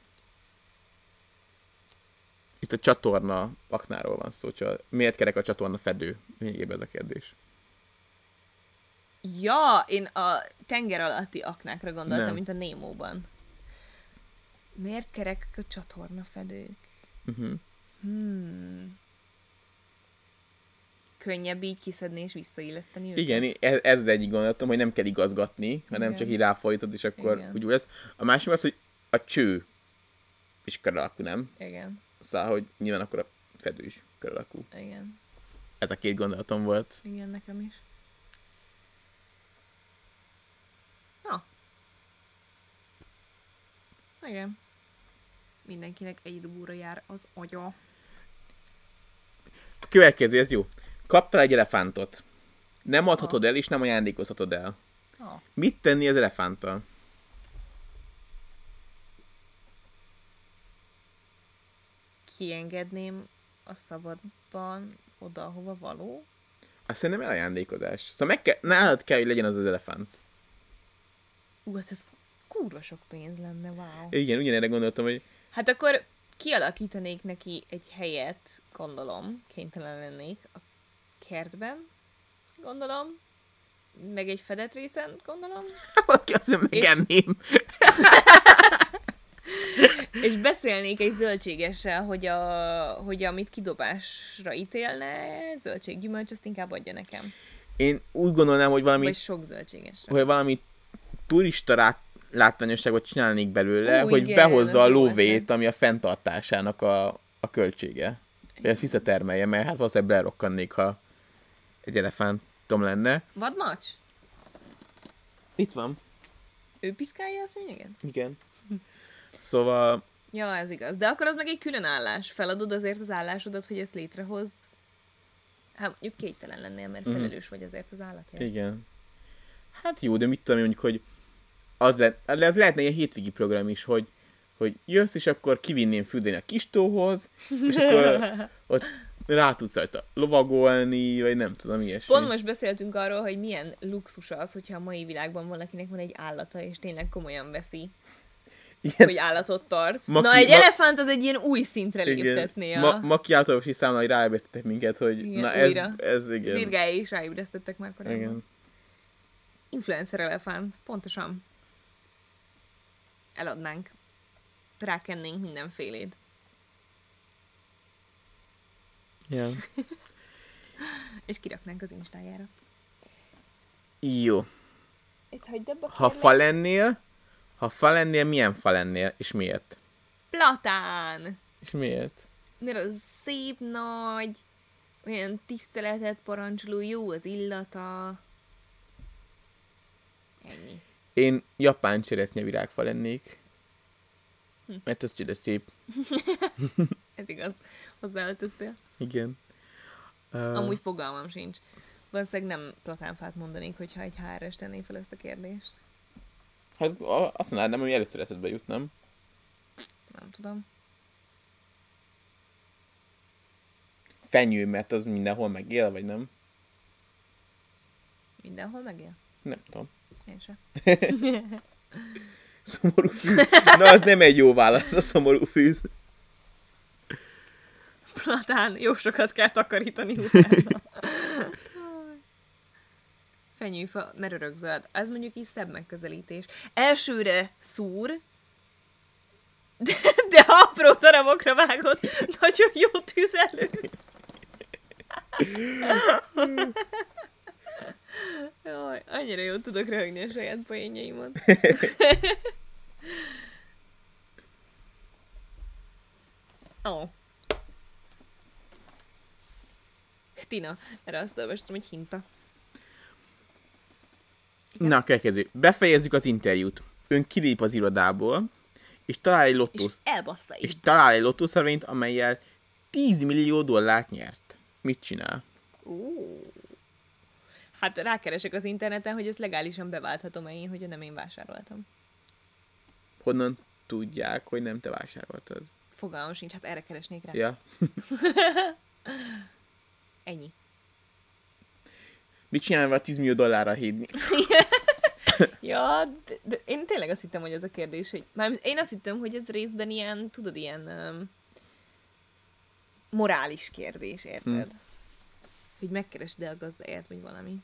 Itt a csatorna aknáról van szó. Miért kerek a csatorna fedő? Lényegében ez a kérdés. Ja, én a tenger alatti aknákra gondoltam, Nem. mint a Némóban. Miért kerek a csatornafedők? Könnyebb így kiszedni és visszailleszteni őket? Igen, ez az egyik gondolatom, hogy nem kell igazgatni, hanem Igen. csak így ráfordítod, és akkor Igen. úgy lesz. A másik az, hogy a cső is kör alakú, nem? Igen. Szóval, hogy nyilván akkor a fedő is kör alakú. Igen. Ez a két gondolatom volt. Igen, nekem is. Na. Igen. Mindenkinek egy rúra jár az agya. A következő, ez jó. Kaptál egy elefántot. Nem adhatod el, és nem ajándékozhatod el. Mit tenni az elefánttal? Kiengedném a szabadban oda, ahova való. Azt szerintem elajándékozás. Szóval nálad kell, hogy legyen az elefánt. Hát ez kurva sok pénz lenne, wow. Igen, ugyanerre gondoltam, hogy... Hát akkor kialakítanék neki egy helyet, gondolom, kénytelen lennék a kertben, gondolom, meg egy fedett részen, gondolom. Valaki azt mondja, megenném. És beszélnék egy zöldségessel, hogy amit kidobásra ítélne, zöldséggyümölcs, azt inkább adja nekem. Én úgy gondolnám, hogy valami... Vagy sok zöldségesre. Hogy valami turista látványosságot csinálnék belőle, hogy igen, behozza a az jó lóvét, ötlet. ami a fenntartásának a költsége. Hogy ezt visszatermelje, mert hát valószínűleg belerokkannék, ha egy elefántom lenne. Vadmacs? Itt van. Ő piszkálja a szőnyeget? Igen. Szóval... Ja, ez igaz. De akkor az meg egy külön állás. Feladod azért az állásodat, hogy ezt létrehozd. Hát mondjuk képtelen lennél, mert felelős vagy azért az állatért. Igen. Hát jó, de mit tudom én, mondjuk, hogy az lehetne ilyen hétvégi program is, hogy jössz, és akkor kivinném fürdeni a kistóhoz, és akkor ott rá tudsz rajta lovagolni, vagy nem tudom, ilyesmi. Pont most beszéltünk arról, hogy milyen luxus az, hogyha a mai világban valakinek van egy állata, és tényleg komolyan veszi, Igen. hogy állatot tartsz. Egy elefánt az egy ilyen új szintre léptetné a... Maki általánosi számla, hogy ráébresztettek minket, hogy igen, na ez igen. Zirgái is ráébresztettek már korábban. Igen. Influencer elefánt, pontosan. Eladnánk. Rákennénk mindenfélét. Ja. És kiraknánk az Instájára. Jó. Itt hagyd abba, Ha fa lennél, milyen fa lennél, és miért? Platán! És miért? Mert az szép nagy, olyan tiszteletet parancsoló, jó az illata. Ennyi. Én japán cseresznyevirágfa lennék. Mert ez csoda szép. Ez igaz. Hozzáöltöztél. Igen. Amúgy fogalmam sincs. Valószínűleg nem platánfát mondanék, hogyha egy HR-es tenné fel ezt a kérdést. Hát azt mondanám, hogy először eszedbe jut, nem? Nem tudom. Fenyő, mert az mindenhol megél, vagy nem? Mindenhol megél? Nem tudom. Én sem. Szomorú fűz. Na, az nem egy jó válasz, a szomorú fűz. Platán, jó sokat kell takarítani utána. Fenyőfa, mert örökzöld. Ez mondjuk így szebb megközelítés. Elsőre szúr, de ha apró darabokra vágod, nagyon jó tüzelő. Jaj, annyira jól tudok röhögni a saját poénjaimat. Oh. Tina, erre azt olvastam, hogy hinta. Igen? Na, következő. Befejezzük az interjút. Ön kilép az irodából, és talál egy És elbassza és talál egy lottószervényt, amellyel $10 millió nyert. Mit csinál? Hát rákeresek az interneten, hogy ezt legálisan beválthatom-e én, hogy nem én vásároltam. Honnan tudják, hogy nem te vásároltad? Fogalmam sincs, hát erre keresnék rá. Ja. Ennyi. Mit csinálnál vele $10 millió hívni? Ja, de én tényleg azt hittem, hogy ez a kérdés, hogy... Én azt hittem, hogy ez részben ilyen, tudod, ilyen morális kérdés, érted? Hogy megkeresd el a gazdáját, vagy valami.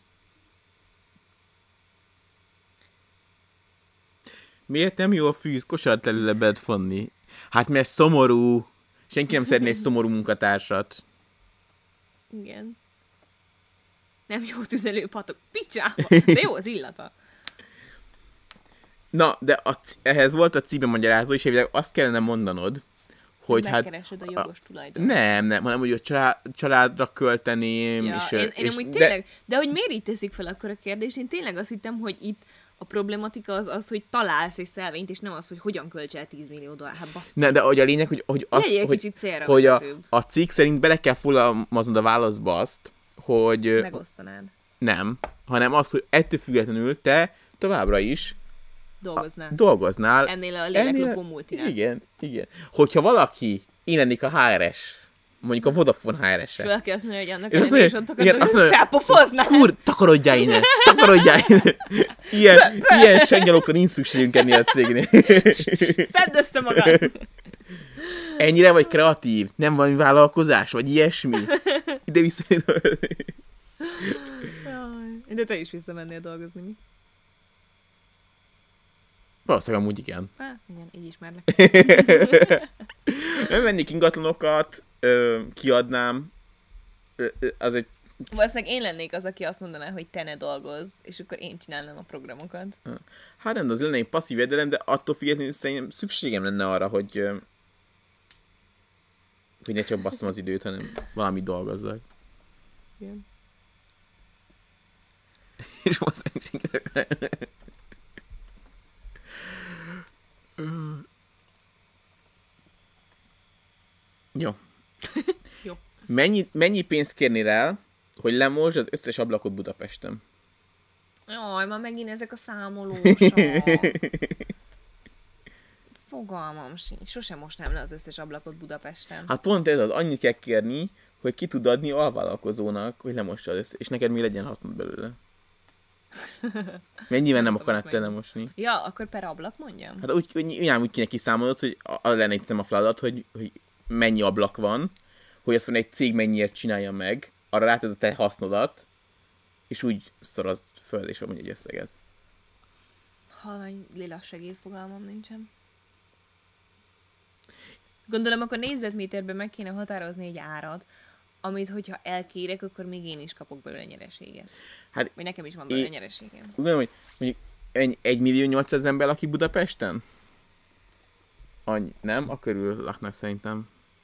Miért nem jó a fűz kosart előle fonni? Hát mert szomorú. Senki nem szeretné egy szomorú munkatársat. Igen. Nem jó tüzelő patok. Picsába! De jó az illata. Na, de ehhez volt a címe magyarázó, és azt kellene mondanod, hogy megkeresed a jogos tulajdon. Nem, hanem hogy a családra költeném. Ja, és, én és amúgy tényleg, de hogy miért így teszik fel akkor a kérdést? Én tényleg azt hittem, hogy itt a problematika az, hogy találsz egy szelvényt, és nem az, hogy hogyan költs el $10 millió. Hát baszd. Ne, de hogy a lényeg, hogy a cikk szerint bele kell fogalmaznod a válaszba azt, hogy... Megosztanád. Nem, hanem az, hogy ettől függetlenül te továbbra is dolgoznál. Ennél a léleklopó multinál. Igen. Hogyha valaki, én lennék a HRS, mondjuk a Vodafone HRS-e. És valaki azt mondja, hogy annak animationokat felpofoznál. Takarodjál innen! Ilyen sengyalokra nincs szükségünk ennél a cégnél. Szedd össze magad! Ennyire vagy kreatív? Nem valami vállalkozás? Vagy ilyesmi? Ide vissza. De te is visszamennél dolgozni, mi? Valószínűleg amúgy igen. Igen, így ismerlek. Nem vennék ingatlanokat, kiadnám. Az egy... Valószínűleg én lennék az, aki azt mondaná, hogy te ne dolgozz, és akkor én csinálnám a programokat. Hát nem, az lenne egy passzív védelem, de attól függetlenül szerintem szükségem lenne arra, hogy ne csak basszom az időt, hanem valamit dolgozzak. Igen. És valószínűleg Jó. Jó. Mennyi pénzt kérnél el, hogy lemosd az összes ablakot Budapesten? Jaj, már megint ezek a számolósak. Fogalmam sincs. Sosem mosnám le az összes ablakot Budapesten. Hát pont ez az, annyit kell kérni, hogy ki tud adni alvállalkozónak, hogy lemossa az összes, és neked mi legyen hasznod belőle. Mennyivel nem akarnád te lemosni? Ja, akkor per ablak mondjam? Hát úgy kéne kiszámolod, hogy az lenne egy a feladat, hogy mennyi ablak van, hogy azt mondja, egy cég mennyiért csinálja meg, arra ráted a te hasznodat, és úgy szorozd föl, és mondja egy összeget. Halvány lila segéd, fogalmam nincsen. Gondolom, akkor négyzetméterben meg kéne határozni egy árat, amit, hogyha elkérek, akkor még én is kapok belőle nyereséget. Hát, vagy nekem is van belőle nyereségem. Úgy gondolom, hogy mondjuk 1.800.000 ember lakik Budapesten? Annyi, nem? A körül laknak szerintem.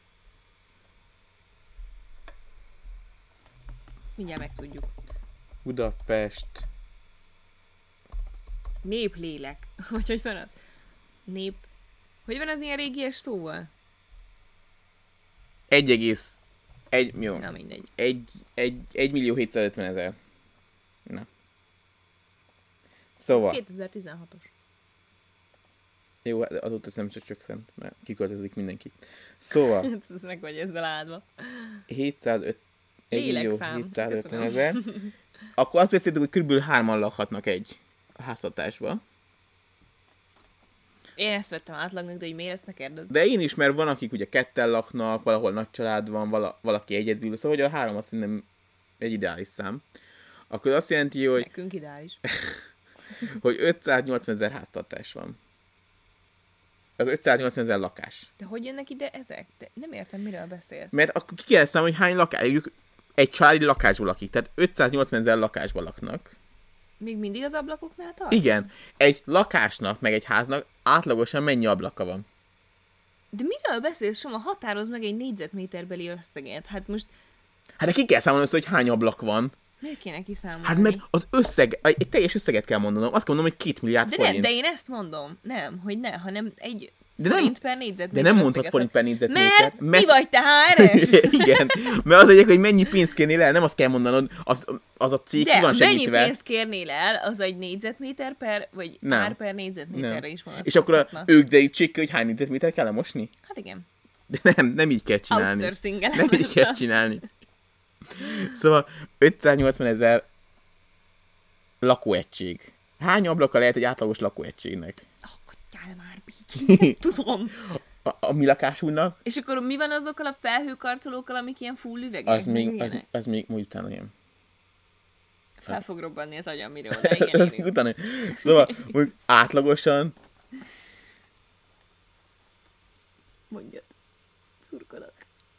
Mindjárt megtudjuk. Budapest. Néplélek. Hogy van az? Hogy van az ilyen régies szóval? 1,1 jó. Na mindegy. 1.750.000. Na. Szóval. 2016-os. Jó, azóta nem csak csökkent, mert kiköltözik mindenki. Szóval. Ez meg vagy ezzel áldva. 1.750.000. Akkor azt beszéltük, hogy kb. 3-an lakhatnak egy háztartásba. Én ezt vettem átlagnak, de hogy miért ezt ne kérdez? De én is, mert van, akik ugye ketten laknak, valahol nagy család van, valaki egyedül, szóval hogy a 3 azt szerintem egy ideális szám. Akkor azt jelenti, hogy... Nekünk ideális. hogy 580.000 háztartás van. Az 580.000 lakás. De hogy jönnek ide ezek? De nem értem, miről beszélsz. Mert akkor ki kell számolni, hogy hány lakás, egy családi lakásból lakik, tehát 580.000 lakásban laknak. Még mindig az ablakoknál tart? Igen. Egy lakásnak, meg egy háznak átlagosan mennyi ablaka van? De miről beszélsz, Soma? Határozd meg egy négyzetméterbeli összeget. Hát most... Hát de ki kell számolni össze, hogy hány ablak van. Miért kéne kiszámolni? Hát mert az összeg, egy teljes összeget kell mondanom. Azt mondom, hogy 2 milliárd de forint. Nem, de én ezt mondom. Nem, hogy ne, hanem egy de forint per négyzetméter. De nem mondhatsz forint per négyzetméter. Mert mi vagy te HRS? Igen, mert az egyik, hogy mennyi pénzt kérnél el, nem azt kell mondanod, az a cég ki van segítve. De mennyi pénzt kérnél el, az egy négyzetméter per, vagy nem. ár per négyzetméterre is van. És akkor ők derítsék ki, hogy hány négyzetméter kell mosni? Hát igen. De nem így kell csinálni. Nem így kell csinálni. Szóval 580.000 lakóegység. Hány ablaka lehet egy átlagos lakóegységnek? Adjál már, Biki. Tudom. A mi lakásunknak? És akkor mi van azokkal a felhőkarcolókkal, amik ilyen full üvegek? Az még úgy utána jön. Fel fog robbanni az agyam, miről, de igen. Az utána. Szóval mondjuk átlagosan... Mondjad. Szurkolok.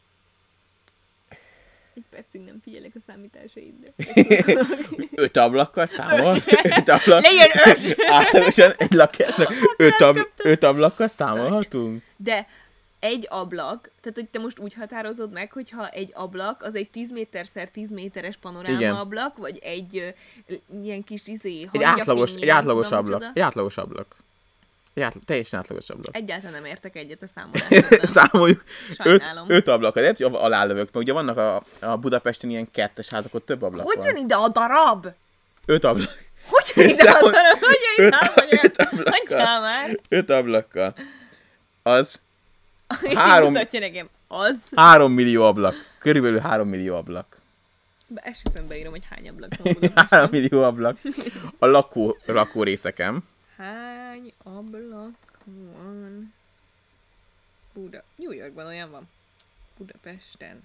Egy percig nem figyelek a számításaidra. 5 ablakkal számol? 5 ablak. Legyen 5! Átlagosan egy lakásnak 5 ablakkal számolhatunk? De egy ablak, tehát hogy te most úgy határozod meg, hogyha egy ablak, az egy 10 méter x 10 méteres panoráma ablak, vagy egy ilyen kis egy átlagos ablak. Teljesen átlagos ablak. Egyáltalán nem értek egyet a számolással. Számoljuk. 5 ablak. Lehet, hogy alálövök, mert ugye vannak a Budapesten ilyen kettes házak, ott több ablak Hogy van. jön ide a darab? 5 ablak. Hogy jön ide a darab? Hogy jön ide a darab? Hagyjál már. 5 ablakkal. Az... És így mutatja nekem. Az... 3 millió ablak. Körülbelül 3 millió ablak. De esküszöm beírom, hogy hány ablak van Budapesten. 3 millió ablak. A lakó részeken. Hány ablak van? New Yorkban olyan van. Budapesten.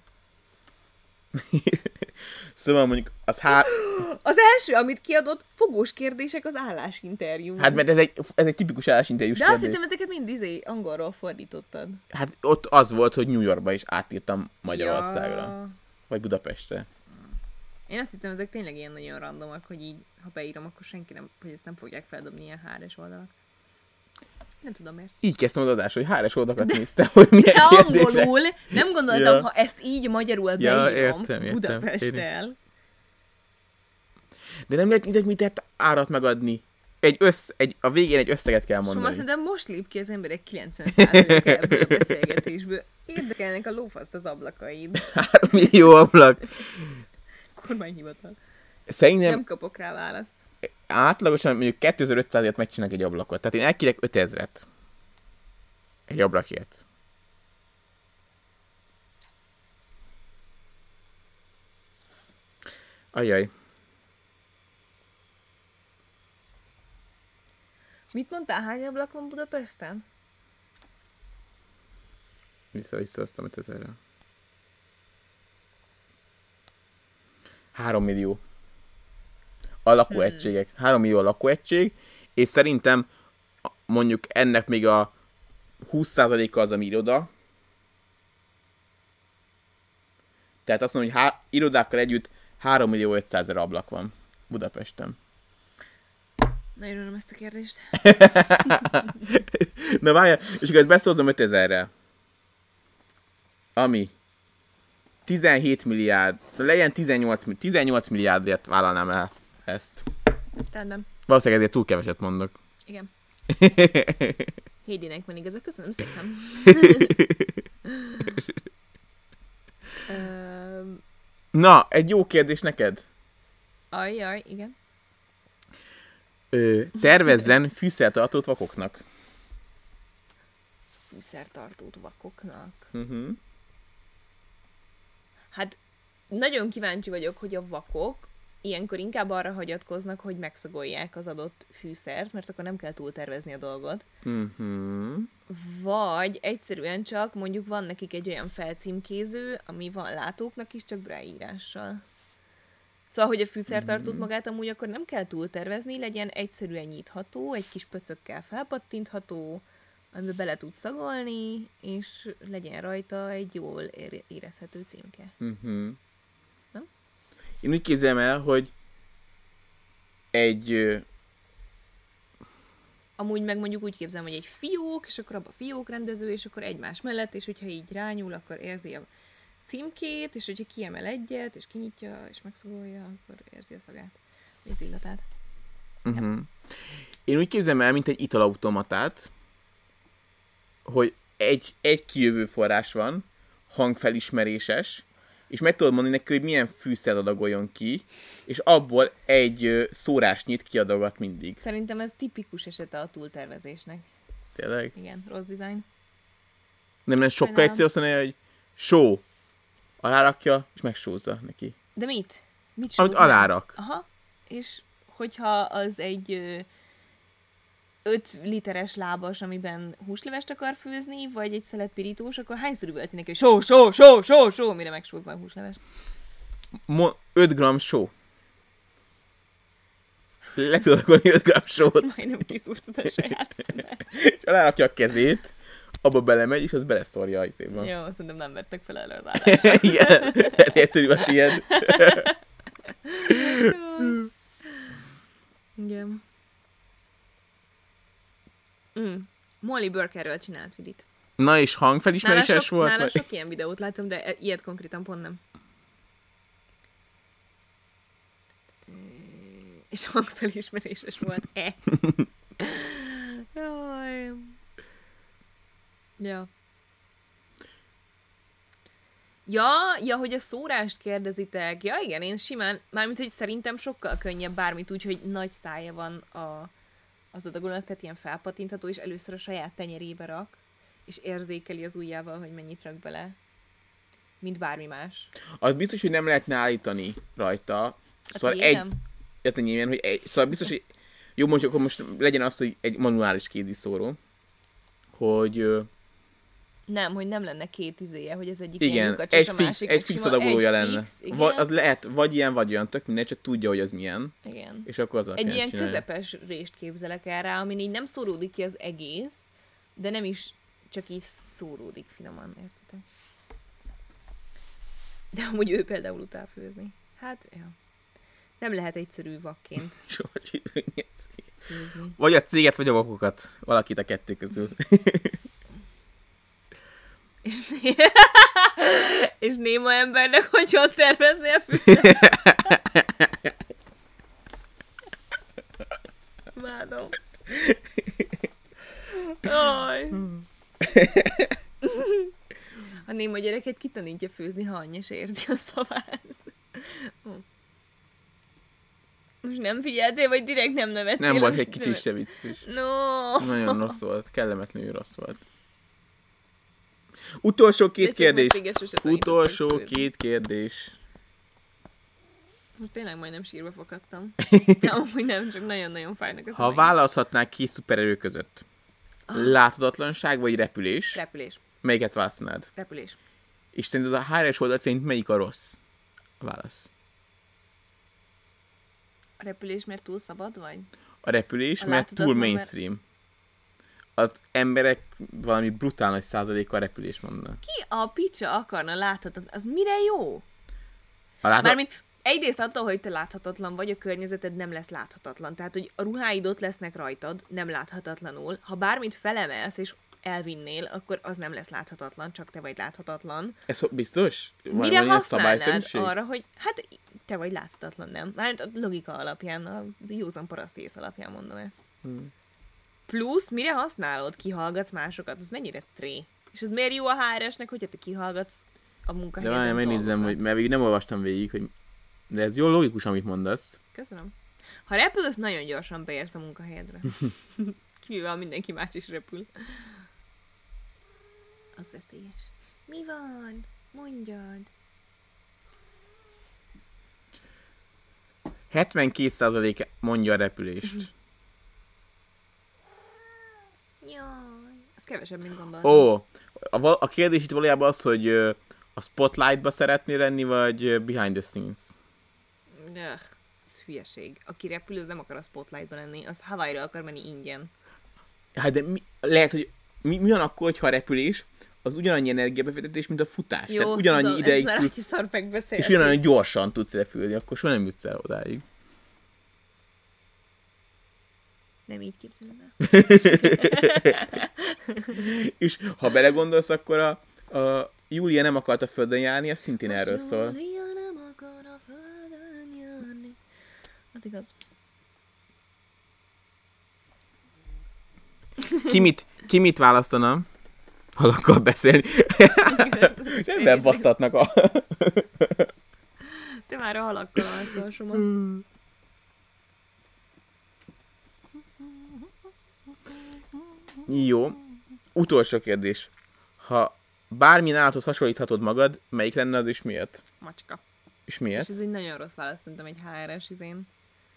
Szóval mondjuk az Az első, amit kiadott, fogós kérdések az állásinterjú. Hát mert ez egy tipikus állásinterjús kérdés. De kérdés. azt hittem, ezeket mind angolról fordítottad. Hát ott az volt, hogy New Yorkba is átírtam Magyarországra. Ja. Vagy Budapestre. Én azt hittem, ezek tényleg ilyen nagyon randomak, hogy így, ha beírom, akkor senki nem, hogy ezt nem fogják feldobni ilyen HRS oldalak. Nem tudom miért. Így kezdtem az adást, hogy HRS oldalakat néztem, hogy milyen kérdések. Angolul, nem gondoltam, ha ezt így magyarul beírom értem, Budapesttel. De nem lehet négyzetmétert árat megadni. a végén egy összeget kell mondani. Soma, szerintem most lép ki az emberek 90%-a ebből a beszélgetésből. Érdekelnek a lófaszt az ablakaid. 3 millió ablak. Kormányhivatal. Szerintem Nem kapok rá választ. átlagosan mondjuk 2500-ért megcsinálnak egy ablakot. Tehát én elkérek 5000-et. Egy ablakért. Ajjaj. Mit mondtál, hány ablak van Budapesten? Visszahoztam 5000-re. 3 millió. A lakóegységek. 3 millió a lakóegység, és szerintem mondjuk ennek még a 20%-a az, ami iroda. Tehát azt mondom, hogy irodákkal együtt 3 millió 500 000 ablak van Budapesten. Na, írnom ezt a kérdést. Na várjál, és akkor ezt beszózom 5000-re. Ami 17 milliárd, legyen 18 milliárdért vállalnám el ezt. Rendben. Valószínűleg ezért túl keveset mondok. Igen. Hédinek van igaza, köszönöm szépen. Na, egy jó kérdés neked. Ajjaj, igen. Tervezzen fűszertartót vakoknak. Fűszertartót vakoknak. Uh-huh. Hát nagyon kíváncsi vagyok, hogy a vakok ilyenkor inkább arra hagyatkoznak, hogy megszagolják az adott fűszert, mert akkor nem kell túl tervezni a dolgot. Uh-huh. Vagy egyszerűen csak mondjuk van nekik egy olyan felcímkéző, ami van látóknak is, csak brailleírással. Szóval, hogy a fűszertartót magát amúgy akkor nem kell túl tervezni, legyen egyszerűen nyitható, egy kis pöcökkel felpattintható, amiben bele tudsz szagolni, és legyen rajta egy jól érezhető címke. Uh-huh. Nem? Én úgy képzelem el, hogy egy... Amúgy meg mondjuk úgy képzelem, hogy egy fiók, és akkor abban fiók rendező, és akkor egymás mellett, és hogyha így rányúl, akkor érzi a címkét, és hogyha kiemel egyet, és kinyitja, és megszagolja, akkor érzi a szagát, vagy az illatát. Uh-huh. Ja. Én úgy képzelem el, mint egy italautomatát, hogy egy kijövő forrás van, hangfelismeréses, és meg tudod mondani neki, hogy milyen fűszert adagoljon ki, és abból egy szórásnyit kiadogat mindig. Szerintem ez tipikus esete a túltervezésnek. Tényleg? Igen, rossz design. Nem lenne sokkal egyszerűbb azt mondani, hogy só, alárakja, és megsózza neki. De mit? Mit Amit sózol? alárak. Aha, és hogyha az egy 5 literes lábas, amiben húslevest akar főzni, vagy egy szelet pirítós, akkor hányszor üvölti neki, hogy só, mire megsózza a húslevest? 5 g só. Le tudod rakolni 5 g sót. Majdnem kiszúrtad a saját szemet. És alárakja a kezét, abba belemegy, és az beleszorja a izéba. Jó, szerintem nem vettek fel erre az állásra. Igen, ez egyszerű a tiéd. Igen. Molly Burkerről csinált vidit. Na és hangfelismeréses volt? Nála vagy? sok ilyen videót látom, de ilyet konkrétan pont nem. És hangfelismeréses volt. Jaj. Ja. Ja, hogy a szórást kérdezitek. Ja, igen, én simán, mármint, hogy szerintem sokkal könnyebb bármit úgy, hogy nagy szája van az adagolónak, tehát ilyen felpatintható, és először a saját tenyerébe rak, és érzékeli az ujjával, hogy mennyit rak bele, mint bármi más. Az biztos, hogy nem lehetne állítani rajta. Szóval ez nem nyilván, hogy szóval biztos, hogy jó, most akkor most legyen az, hogy egy manuális kéziszóró, hogy nem, hogy nem lenne két izéje, hogy ez egyik igen, ilyen lyukas, és a fix, másik egy fix adagolója lenne. Fix, Az lehet vagy ilyen, vagy olyan, tök mindegy, csak tudja, hogy az milyen. Igen. És akkor az egy ilyen közepes rést képzelek el rá, amin így nem szóródik ki az egész, de nem is csak így szóródik finoman, értitek? De amúgy ő például utál főzni. Hát, ja. Nem lehet egyszerű vakként főzni. Vagy a céget, vagy a vakokat. Valakit a kettő közül. És néma embernek hogyan terveznél fűszert? Vádom. gyereket kitanítja főzni, ha anyja se érti a szavát. Most nem figyeltél, vagy direkt nem nevettél? Nem volt egy kicsit se vicces. No. Nagyon rossz volt, kellemetlenül rossz volt. Utolsó két kérdés. Most tényleg majdnem sírva fakadtam. De amúgy nem, csak nagyon-nagyon fájnak a Ha választhatnál ki szupererő között, láthatatlanság vagy repülés? Repülés. Melyiket választanád? Repülés. És szerinted a HRS oldal szerint melyik a rossz? A válasz. A repülés mert túl szabad, vagy? A repülés, mert túl mainstream. Az emberek valami brutál nagy százalékkal repülés mondanak. Ki a picsa akarna láthatatlan? Az mire jó? Mármint egyrészt attól, hogy te láthatatlan vagy, a környezeted nem lesz láthatatlan. Tehát, hogy a ruháid ott lesznek rajtad, nem láthatatlanul. Ha bármit felemelsz és elvinnél, akkor az nem lesz láthatatlan, csak te vagy láthatatlan. Ez biztos? Mire használnád arra, hogy hát te vagy láthatatlan, nem? Mármint a logika alapján, a józan paraszt ész alapján mondom ezt. Plusz, mire használod? Kihallgatsz másokat? Ez mennyire tré? És ez miért jó a HRS-nek, hogyha te kihallgatsz a munkahelyeden dolgokat? De megnézzem, hogy, mert végig nem olvastam végig, hogy de ez jó logikus, amit mondasz. Köszönöm. Ha repülsz, nagyon gyorsan beérsz a munkahelyedre. Kivéve mindenki más is repül. Az veszélyes. Mi van? Mondjad. 72% mondja a repülést. Jaj, ez kevesebb, mint gondoltam. A kérdés itt valójában az, hogy a spotlightba szeretnél lenni, vagy behind the scenes? Ez hülyeség. Aki repül, az nem akar a spotlightba lenni, az Hawaii-ra akar menni ingyen. Hát de lehet, hogy mi van akkor, hogyha a repülés az ugyanannyi energiabefektetés, mint a futás. Jó, tehát ugyanannyi tudom, ideig tudsz, és ugyanannyi gyorsan tudsz repülni, akkor soha nem jutsz el odáig. Nem így képzelem el. És ha belegondolsz, akkor a Júlia nem akart a földön járni, az szintén most erről szól. Júlia nem akar a földön járni. Az igaz. Ki mit választana? Halakkal beszélni. Nem basztatnak a... Te már a halakkal alszol, Soma. Jó. Utolsó kérdés. Ha bármilyen állathoz hasonlíthatod magad, melyik lenne az és miért? Macska. És miért? És ez egy nagyon rossz válasz, szerintem egy HRS izén.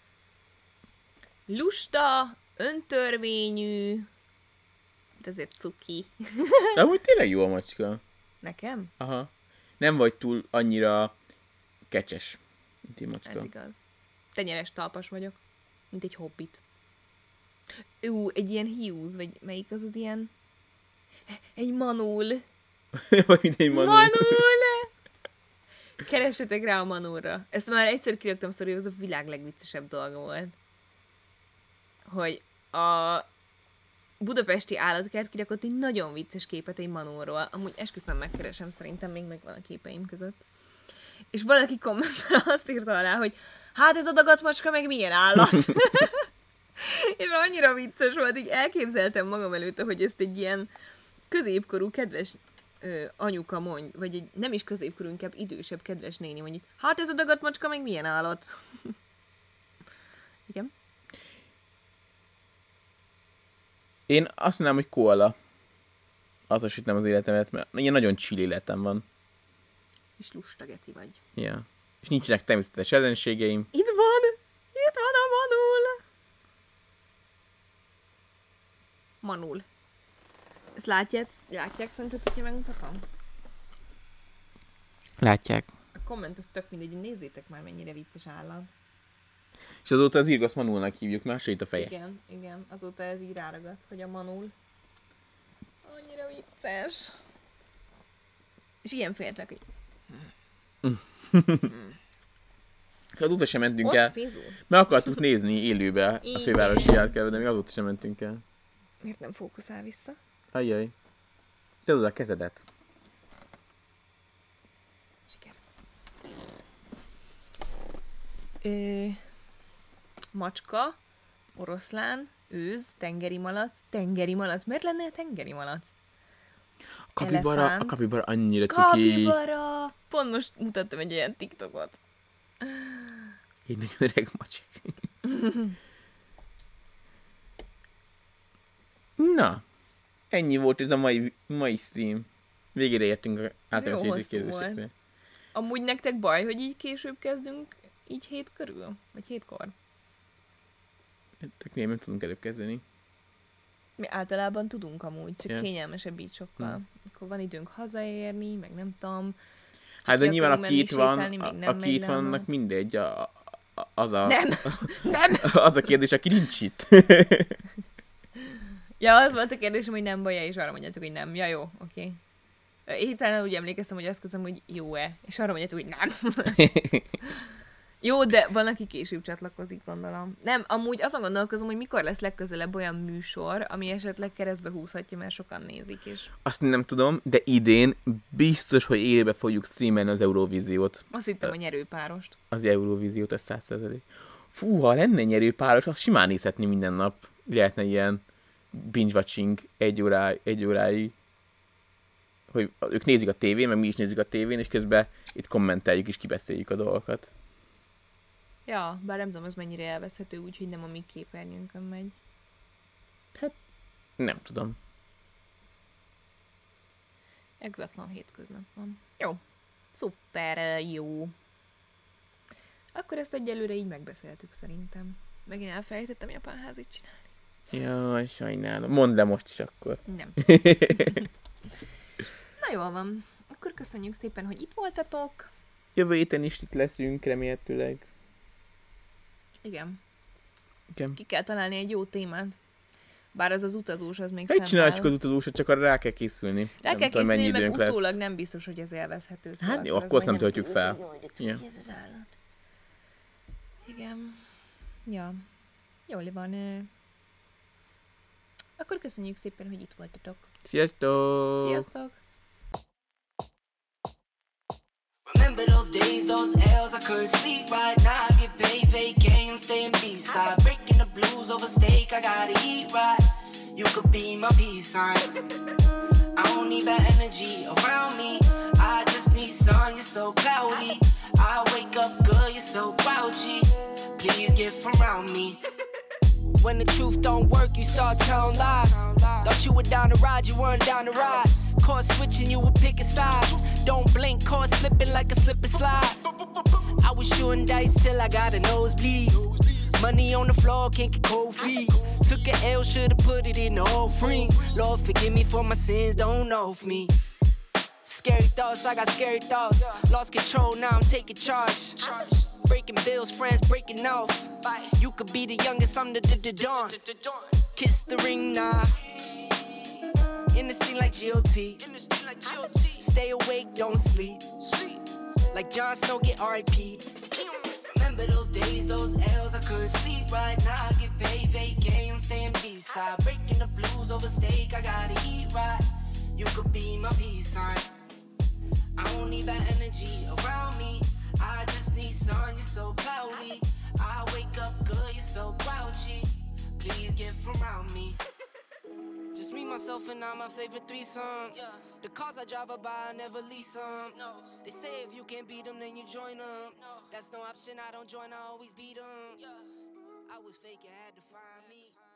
Lusta, öntörvényű, de ezért cuki. De amúgy tényleg jó a macska. Nekem? Aha. Nem vagy túl annyira kecses, mint egy macska. Ez igaz. Tenyeres talpas vagyok, mint egy hobbit. Egy ilyen hiúz, vagy melyik az ilyen... Egy manul. Vagy mint egy manul. Manul! Keressetek rá a manulra. Ezt már egyszer kiraktam sztori, az a világ legviccesebb dolga volt. Hogy a budapesti állatkert kirakott egy nagyon vicces képet egy manulról. Amúgy esküszöm, megkeresem, szerintem még megvan a képeim között. És valaki kommentben azt írta alá, hogy hát ez a dagadmacska meg milyen állat. És annyira vicces volt, így elképzeltem magam előtt, hogy ezt egy ilyen középkorú, kedves anyuka mondj, vagy egy nem is középkorú, inkább idősebb, kedves néni mondja, hát ez a dagadmacska meg milyen állat. Igen? Én azt mondanám, hogy koala. Azonosítom az életemet, mert ilyen nagyon chill életem van. És lusta geci vagy. Ja. És nincsenek természetes ellenségeim. Itt van a manul. Manul. Ezt látják szerinted, hogyha megmutatom? Látják. A komment az tök mindegy, nézzétek már, mennyire vicces állat. És azóta az Irgosz Manulnak hívjuk, mert hasonlít a feje. Igen, azóta ez így ráragadt, hogy a manul. Annyira vicces. És ilyen féltek, hogy... És azóta sem mentünk el. Meg akartuk nézni élőbe a fővárosi járkával, de még azóta sem mentünk el. Miért nem fókuszál vissza? Ajjaj. Tedd oda a kezedet. Siker. Macska, oroszlán, őz, tengeri malac. Miért lenne tengeri malac? A kapibara annyira cuki. Kapibara! Pont most mutattam egy ilyen TikTokot. Egy nagyon öreg macsik. Na, ennyi volt ez a mai stream. Végére értünk az általános kérdésekre. Amúgy nektek baj, hogy így később kezdünk, így 7 körül? Vagy 7-kor? Tehát miért nem tudunk előbb kezdeni? Mi általában tudunk amúgy, csak kényelmesebb így sokkal. Akkor van időnk hazaérni, meg nem tudom. Hát de nyilván aki itt van, annak mindegy. Nem. Az a kérdés, aki nincs itt. Ja, az volt a kérdésem, hogy nem baj-e, és arra mondjátok, hogy nem. Ja, jó, oké. Hirtelen úgy emlékeztem, hogy azt kezdem, hogy jó-e, és arra mondjátok, hogy nem. Jó, de van, aki később csatlakozik, gondolom. Nem, amúgy azon gondolkozom, hogy mikor lesz legközelebb olyan műsor, ami esetleg keresztbe húzhatja, mert sokan nézik is. Azt nem tudom, de idén biztos, hogy élőbe fogjuk streamelni az Eurovíziót. Azt hittem a nyerőpárost. Az Eurovíziót, az 100%. Fú, ha lenne nyerőpáros, azt simán nézhetni minden nap. Lehetne ilyen binge-watching egy óráig. Hogy ők nézik a tévén, meg mi is nézzük a tévén, és közben itt kommenteljük és kibeszéljük a dolgokat. Ja, bár nem tudom, az mennyire elveszhető, úgyhogy nem a mi képernyőnkön megy. Hát, nem tudom. Exatlan hétköznap van. Jó. Szuper jó. Akkor ezt egyelőre így megbeszéltük szerintem. Megint elfelejtettem japánházit csinálni. Jaj, sajnálom. Mondd le most is akkor. Nem. Na jól van. Akkor köszönjük szépen, hogy itt voltatok. Jövő héten is itt leszünk, remélhetőleg. Igen. Igen. Ki kell találni egy jó témát. Bár az utazós, az még fennáll. Egy csináljuk az utazósat, csak arra rá kell készülni. Rá kell készülni, meg utólag nem biztos, hogy ez élvezhető. Szóval hát jó, akkor azt nem töltjük fel. Ja. Igen. Ja. Jól van. Akkor köszönjük szépen, hogy itt voltatok. Sziasztok! Sziasztok! Remember those days, those L's, I couldn't sleep right now. I get paid, vacay, I'm staying B-side. Breaking the blues over steak, I gotta eat right. You could be my peace sign. I don't need that energy around me. I just need sun, you're so cloudy. I wake up good, you're so grouchy. Please get from around me. When the truth don't work, you start telling lies. Thought you were down to ride, you weren't down to ride. Caught switching, you were picking sides. Don't blink, caught slipping like a slip and slide. I was shooting dice till I got a nosebleed. Money on the floor, can't get cold feet. Took a L, should've put it in the offering. Lord, forgive me for my sins, don't know of me. Scary thoughts, I got scary thoughts. Lost control, now I'm taking charge. Breaking bills, friends breaking off. You could be the youngest, I'm the dawn. Kiss the ring, nah. In the scene like G.O.T. Stay awake, don't sleep. Like Jon Snow, get R.I.P. Remember those days, those L's, I couldn't sleep right now. I get paid, vacay, I'm staying B-side. Breaking the blues over steak, I gotta eat right. You could be my peace sign. I don't need that energy around me. I just need sun, you're so cloudy. I wake up good, you're so grouchy. Please get from around me. Just me, myself, and I, my favorite threesome. The cars I drive by, I never lease them. They say if you can't beat them, then you join them. That's no option, I don't join, I always beat them. I was fake, you had to find me.